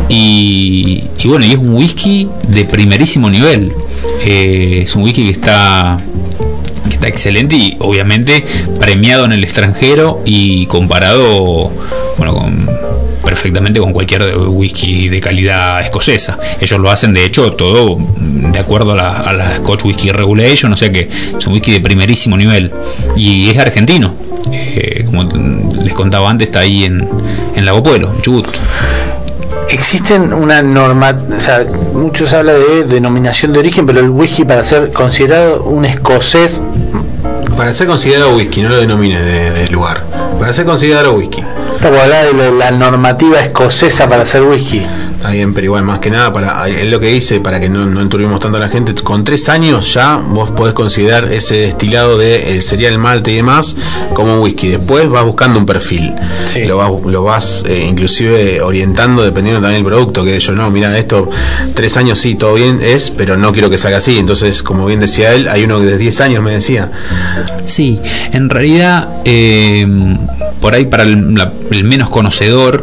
y bueno, y es un whisky de primerísimo nivel. Es un whisky que está excelente y obviamente premiado en el extranjero y comparado, bueno, con perfectamente con cualquier whisky de calidad escocesa. Ellos lo hacen, de hecho, todo de acuerdo a la Scotch Whisky Regulation, o sea que es un whisky de primerísimo nivel. Y es argentino. Como les contaba antes, está ahí en Lago Pueblo, en Chubut. Existen una norma, o sea, muchos hablan de denominación de origen, pero el whisky, para ser considerado un escocés, para ser considerado whisky, no lo denomine de lugar, para ser considerado whisky. Para hablar de la normativa escocesa para hacer whisky. Está bien, pero igual, más que nada, es lo que dice, para que no enturbemos tanto a la gente, con 3 años ya vos podés considerar ese destilado de cereal, malte y demás como un whisky. Después vas buscando un perfil, sí. lo vas inclusive orientando dependiendo también del producto, que yo, no, mira, esto 3 años sí, todo bien es, pero no quiero que salga así. Entonces, como bien decía él, hay uno que de 10 años me decía. Sí, en realidad, por ahí para el menos conocedor,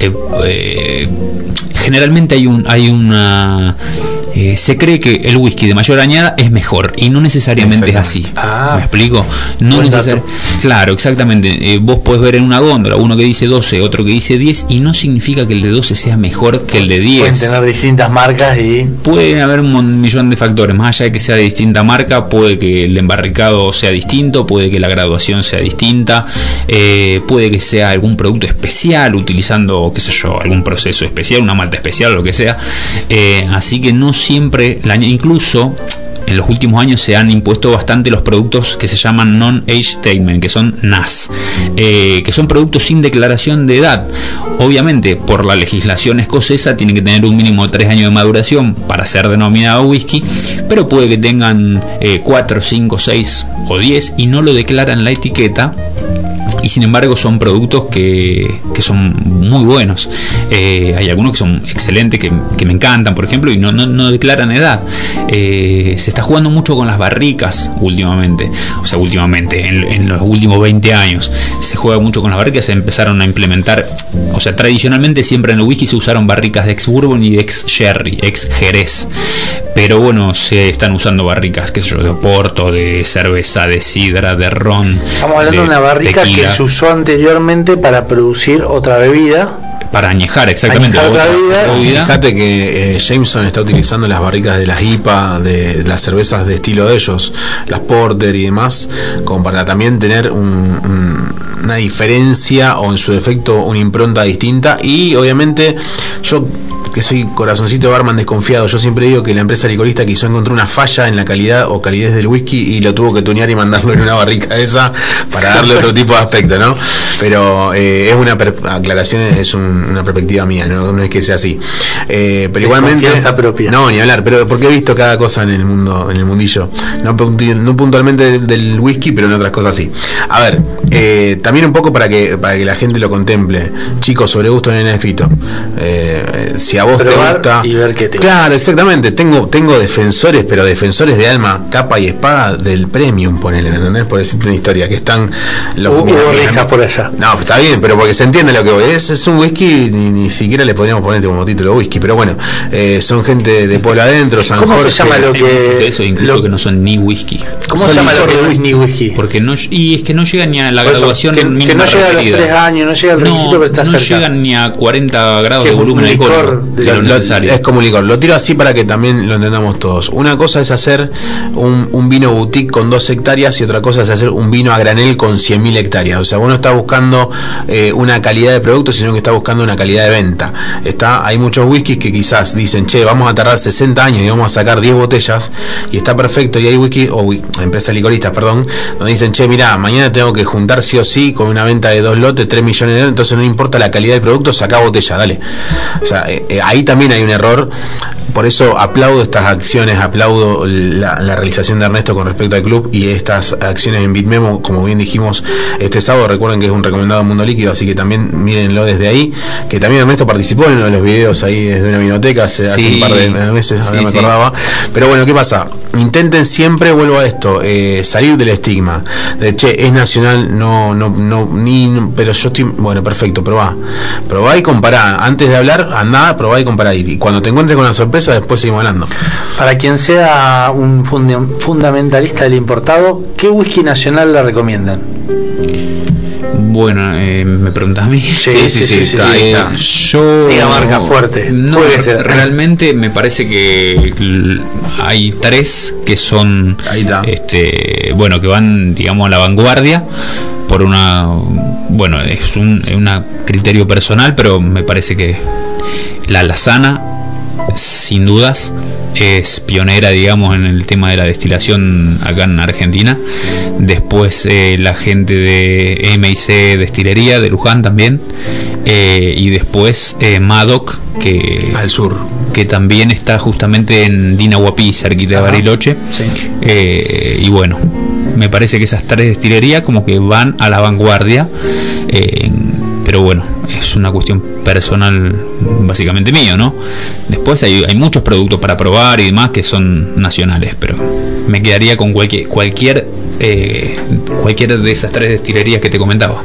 generalmente hay una se cree que el whisky de mayor añada es mejor, y no necesariamente es así. ¿Me explico? No necesariamente. Claro, exactamente. Vos podés ver en una góndola uno que dice 12, otro que dice 10, y no significa que el de 12 sea mejor que el de 10. Pueden tener distintas marcas y puede haber un millón de factores. Más allá de que sea de distinta marca, puede que el embarricado sea distinto, puede que la graduación sea distinta, puede que sea algún producto especial utilizando, qué sé yo, algún proceso especial, una malta especial o lo que sea. Así que no siempre, incluso en los últimos años se han impuesto bastante los productos que se llaman non-age statement, que son NAS, que son productos sin declaración de edad. Obviamente, por la legislación escocesa, tienen que tener un mínimo de 3 años de maduración para ser denominado whisky, pero puede que tengan 4, 5, 6 o 10 y no lo declaran en la etiqueta. Y sin embargo son productos que son muy buenos. Hay algunos que son excelentes, que me encantan, por ejemplo, y no declaran edad. Se está jugando mucho con las barricas últimamente. O sea, en los últimos 20 años se juega mucho con las barricas. Se empezaron a implementar, o sea, tradicionalmente siempre en el whisky se usaron barricas de ex bourbon y de ex sherry, ex jerez. Pero bueno, se están usando barricas, qué sé yo, de oporto, de cerveza, de sidra, de ron. Estamos hablando de una barrica tequila, que se usó anteriormente para producir otra bebida. Para añejar, exactamente. Otra bebida. Fíjate que Jameson está utilizando las barricas de las IPA, de las cervezas de estilo de ellos, las Porter y demás, como para también tener una diferencia, o en su defecto una impronta distinta. Y obviamente yo, que soy corazoncito de barman desconfiado, yo siempre digo que la empresa licorista quizá encontró una falla en la calidad o calidez del whisky y lo tuvo que tunear y mandarlo en una barrica esa para darle otro tipo de aspecto, ¿no? Pero es una aclaración, es una perspectiva mía, no es que sea así, pero igualmente propia. No, ni hablar, pero porque he visto cada cosa en el mundo, en el mundillo, no puntualmente del whisky, pero en otras cosas sí. A ver, también un poco para que la gente lo contemple, chicos, sobre gusto no hay nada escrito. Si a vos probar te gusta y ver qué te claro, exactamente, tengo defensores, pero defensores de alma, capa y espada del premium, ponele, ¿entendés? Por decirte una historia, que están los risas por allá. No, está bien, pero porque se entiende lo que voy. Es un whisky, ni siquiera le podríamos poner como título whisky, pero bueno, son gente de pueblo adentro, San ¿Cómo Jorge. se llama lo que eso, incluso que no son ni whisky? ¿Cómo se llama lo que es ni whisky? Porque y es que no llegan ni a la graduación que no llega a los 3 años, no llega al requisito, pero está cerca. No llegan ni a 40 grados de volumen alcohólico. Es como licor. Lo tiro así para que también lo entendamos todos. Una cosa es hacer un vino boutique con 2 hectáreas y otra cosa es hacer un vino a granel con 100.000 hectáreas. O sea, vos no estás buscando una calidad de producto, sino que estás buscando una calidad de venta. Hay muchos whiskies que quizás dicen, che, vamos a tardar 60 años y vamos a sacar 10 botellas y está perfecto. Y hay whisky, o empresas licoristas, perdón, donde dicen, che, mirá, mañana tengo que juntar sí o sí con una venta de 2 lotes, 3 millones de euros, entonces no importa la calidad del producto, saca botella, dale. O sea, ahí también hay un error. Por eso aplaudo estas acciones, aplaudo la realización de Ernesto con respecto al club y estas acciones en Bitmemo, como bien dijimos este sábado. Recuerden que es un recomendado Mundo Líquido, así que también mírenlo desde ahí, que también Ernesto participó en uno de los videos ahí desde una vinoteca hace un par de meses, ahora me acordaba. Pero bueno, ¿qué pasa? Intenten siempre, vuelvo a esto, salir del estigma de, che, es nacional, pero yo estoy, bueno, perfecto, probá y compará, antes de hablar, andá, probá y compará, y cuando te encuentres con una sorpresa, después seguimos hablando. Para quien sea un fundamentalista del importado, ¿qué whisky nacional le recomiendan? Bueno, me preguntas a mí. Sí, ahí está. Yo diga marca fuerte. No, Puede ser. realmente me parece que hay 3 que son, Ahí está. bueno, que van, digamos, a la vanguardia por una, bueno, es un criterio personal, pero me parece que la Alazana, sin dudas, es pionera, digamos, en el tema de la destilación acá en Argentina. Después la gente de M&C Destilería de Luján también, y después Madoc, que al sur, que también está justamente en Dinahuapí, cerquita de Bariloche. Sí. Y bueno, me parece que esas 3 destilerías como que van a la vanguardia, pero bueno, es una cuestión personal básicamente mío, ¿no? Después hay muchos productos para probar y demás que son nacionales, pero me quedaría con cualquier de esas 3 destilerías que te comentaba.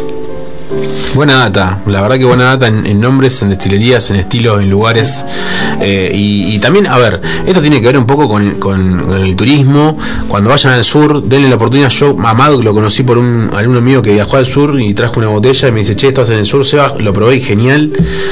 Buena data, la verdad que buena data en nombres, en destilerías, en estilos, en lugares, y también, a ver, esto tiene que ver un poco con el turismo. Cuando vayan al sur, denle la oportunidad. Yo a Madoc lo conocí por un alumno mío que viajó al sur y trajo una botella y me dice, che, estás en el sur, Seba, lo probé y genial.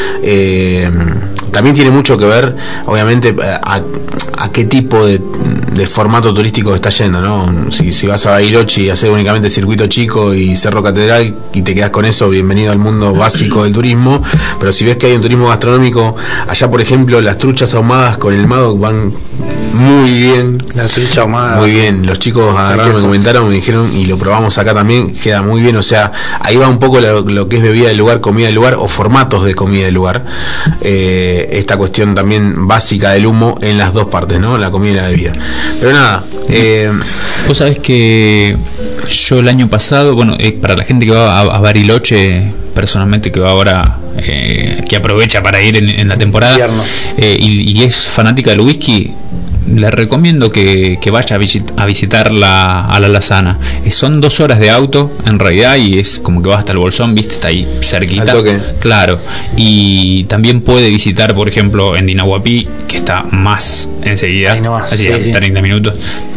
También tiene mucho que ver, obviamente, a qué tipo de formato turístico está yendo, ¿no? Si vas a Bariloche y haces únicamente circuito chico y Cerro Catedral y te quedas con eso, bienvenido al mundo básico del turismo. Pero si ves que hay un turismo gastronómico, allá por ejemplo las truchas ahumadas con el Madoc van muy bien. La trucha ahumada. Muy bien, los chicos agarraron, me comentaron, me dijeron, y lo probamos acá también, queda muy bien. O sea, ahí va un poco lo que es bebida del lugar, comida del lugar o formatos de comida del lugar. Esta cuestión también básica del humo en las dos partes, ¿no? La comida y la bebida. Pero nada, vos sabés que yo el año pasado, bueno, para la gente que va a Bariloche, personalmente que va ahora, que aprovecha para ir en la temporada, y es fanática del whisky, le recomiendo que vaya a visitar a la Alazana. Son 2 horas de auto en realidad, y es como que vas hasta el Bolsón, viste, está ahí cerquita, claro. Y también puede visitar, por ejemplo, en Dinahuapí, que está más enseguida, así a 30 minutos,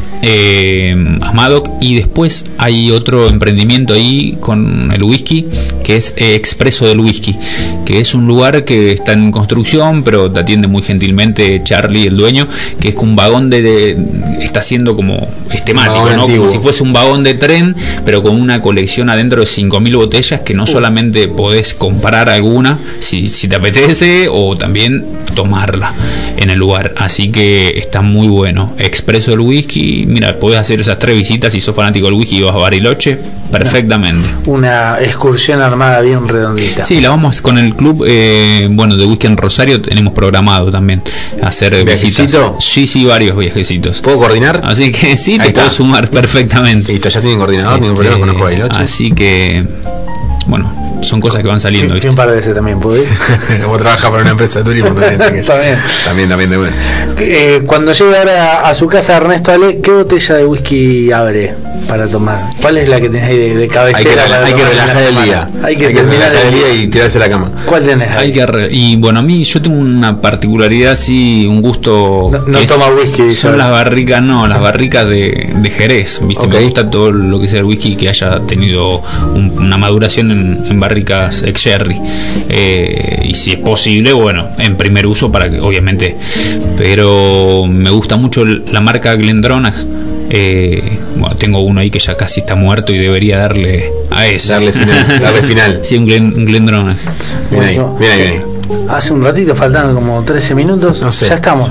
a Madoc. Y después hay otro emprendimiento ahí con el whisky, que es Expreso del Whisky, que es un lugar que está en construcción, pero te atiende muy gentilmente Charlie, el dueño, que es un vagón está haciendo como temático, ¿no? Como si fuese un vagón de tren, pero con una colección adentro de 5.000 botellas que no solamente podés comprar alguna si te apetece, o también tomarla en el lugar. Así que está muy bueno. Expreso del Whisky, mira, podés hacer esas 3 visitas si sos fanático del whisky y vas a Bariloche perfectamente. Una excursión armada bien redondita. Sí, la vamos con el club, bueno, de whisky en Rosario tenemos programado también hacer visitas. Sí, varios viajecitos. ¿Puedo coordinar? Así que sí, te puedo sumar perfectamente. Listo, ya tienen coordinador, ningún problema, conozco Bariloche. Así que, bueno, son cosas que van saliendo. ¿Viste? Un par de veces también puedo ir. Como trabaja para una empresa de turismo también. También de bueno. Cuando llegue ahora a su casa Ernesto Ale, ¿qué botella de whisky abre para tomar? ¿Cuál es la que tenés ahí de cabecera? Hay que relajar el día. Hay que terminar el día y tirarse a la cama. ¿Cuál tenés ahí? Y bueno, a mí yo tengo una particularidad, sí, un gusto. No toma whisky. Son las barricas, las barricas de Jerez, ¿viste? Okay. Me gusta todo lo que sea el whisky que haya tenido una maduración en barricas ex sherry, y si es posible, bueno, en primer uso, para que obviamente, pero me gusta mucho la marca Glendronach. Bueno, tengo uno ahí que ya casi está muerto y debería darle a ese. Darle final. Sí, un Glendronach. Bien ahí. Hace un ratito, faltan como 13 minutos. No sé, ya estamos.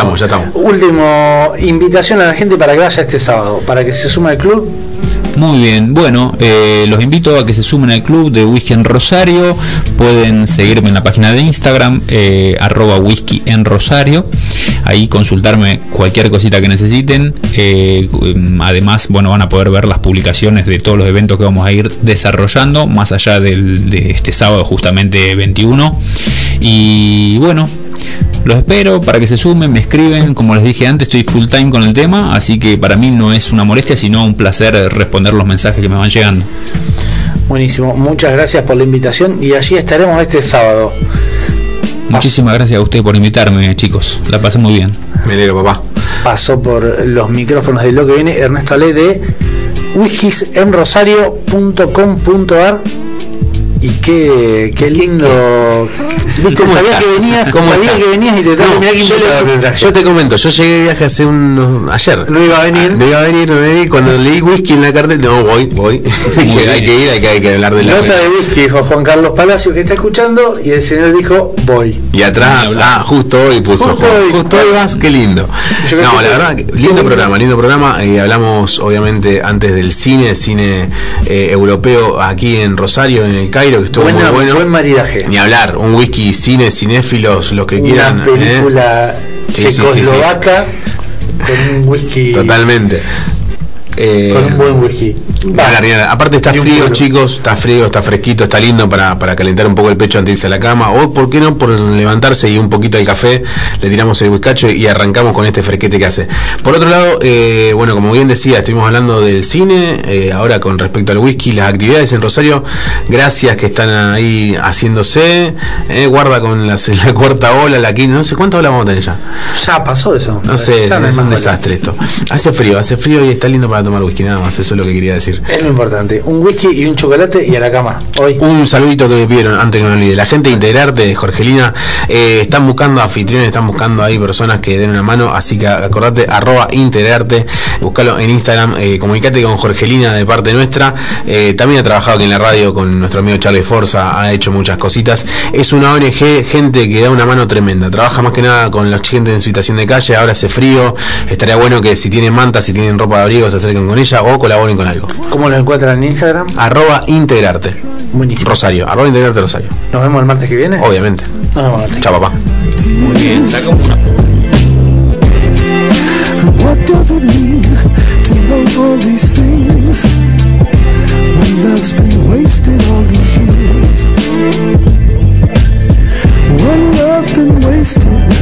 Último, invitación a la gente para que vaya este sábado, para que se sume al club. Muy bien, bueno, los invito a que se sumen al club de Whisky en Rosario. Pueden seguirme en la página de Instagram, @whisky en Rosario. Ahí consultarme cualquier cosita que necesiten. Además, bueno, van a poder ver las publicaciones de todos los eventos que vamos a ir desarrollando, más allá de este sábado justamente 21. Y bueno, los espero para que se sumen, me escriben. Como les dije antes, estoy full time con el tema, así que para mí no es una molestia, sino un placer responder los mensajes que me van llegando. Buenísimo, muchas gracias por la invitación y allí estaremos este sábado. Muchísimas gracias a ustedes por invitarme, chicos, la pasé muy bien. Me alegro, papá. Pasó por los micrófonos de lo que viene Ernesto Ale de whiskysenrosario.com.ar. Y qué lindo. ¿Viste? Sabía que venías, y te traje, mirá que yo te comento, yo llegué de viaje hace ayer. No iba a venir. No iba a venir, cuando leí whisky en la carta, no, voy. hay que hablar de la nota de whisky, dijo Juan Carlos Palacio, que está escuchando, y el señor dijo, voy. Y atrás, justo hoy puso justo hoy vas, qué lindo. No, la verdad, lindo programa. Hablamos obviamente antes del cine europeo aquí en Rosario, en el Cairo, que estuvo muy bueno. Buen maridaje. Ni hablar, un whisky, cine, cinéfilos, los que quieran. Una película checoslovaca con un whisky. Totalmente. Con un buen whisky. Aparte está frío, chicos, está frío, está fresquito, está lindo para calentar un poco el pecho antes de irse a la cama, o por qué no, por levantarse y un poquito del café, le tiramos el whiskacho y arrancamos con este fresquete que hace. Por otro lado, bueno, como bien decía, estuvimos hablando del cine, ahora con respecto al whisky, las actividades en Rosario, gracias que están ahí haciéndose, guarda con la cuarta ola, la quinta, no sé cuánta ola vamos a tener ya. Ya pasó eso. No sé, es un desastre esto. Hace frío y está lindo para tomar whisky, nada más, eso es lo que quería decir. Es lo importante, un whisky y un chocolate y a la cama. Hoy. Un saludito que me pidieron antes que me olvide. La gente de Integrarte, de Jorgelina, están buscando anfitriones, están buscando ahí personas que den una mano, así que acordate, @Integrarte, buscalo en Instagram, comunicate con Jorgelina de parte nuestra. También ha trabajado aquí en la radio con nuestro amigo Charlie Forza, ha hecho muchas cositas. Es una ONG, gente que da una mano tremenda, trabaja más que nada con la gente en situación de calle. Ahora hace frío, estaría bueno que si tienen mantas, si tienen ropa de abrigo, se acerquen con ella o colaboren con algo. ¿Cómo lo encuentran en Instagram? @Integrarte. Buenísimo. Rosario, @Integrarte Rosario. ¿Nos vemos el martes que viene? Obviamente. Nos vemos el martes. Chao, papá. Muy bien, saca una. What does it mean to know all these things when love's been wasted all these years? When love's been wasted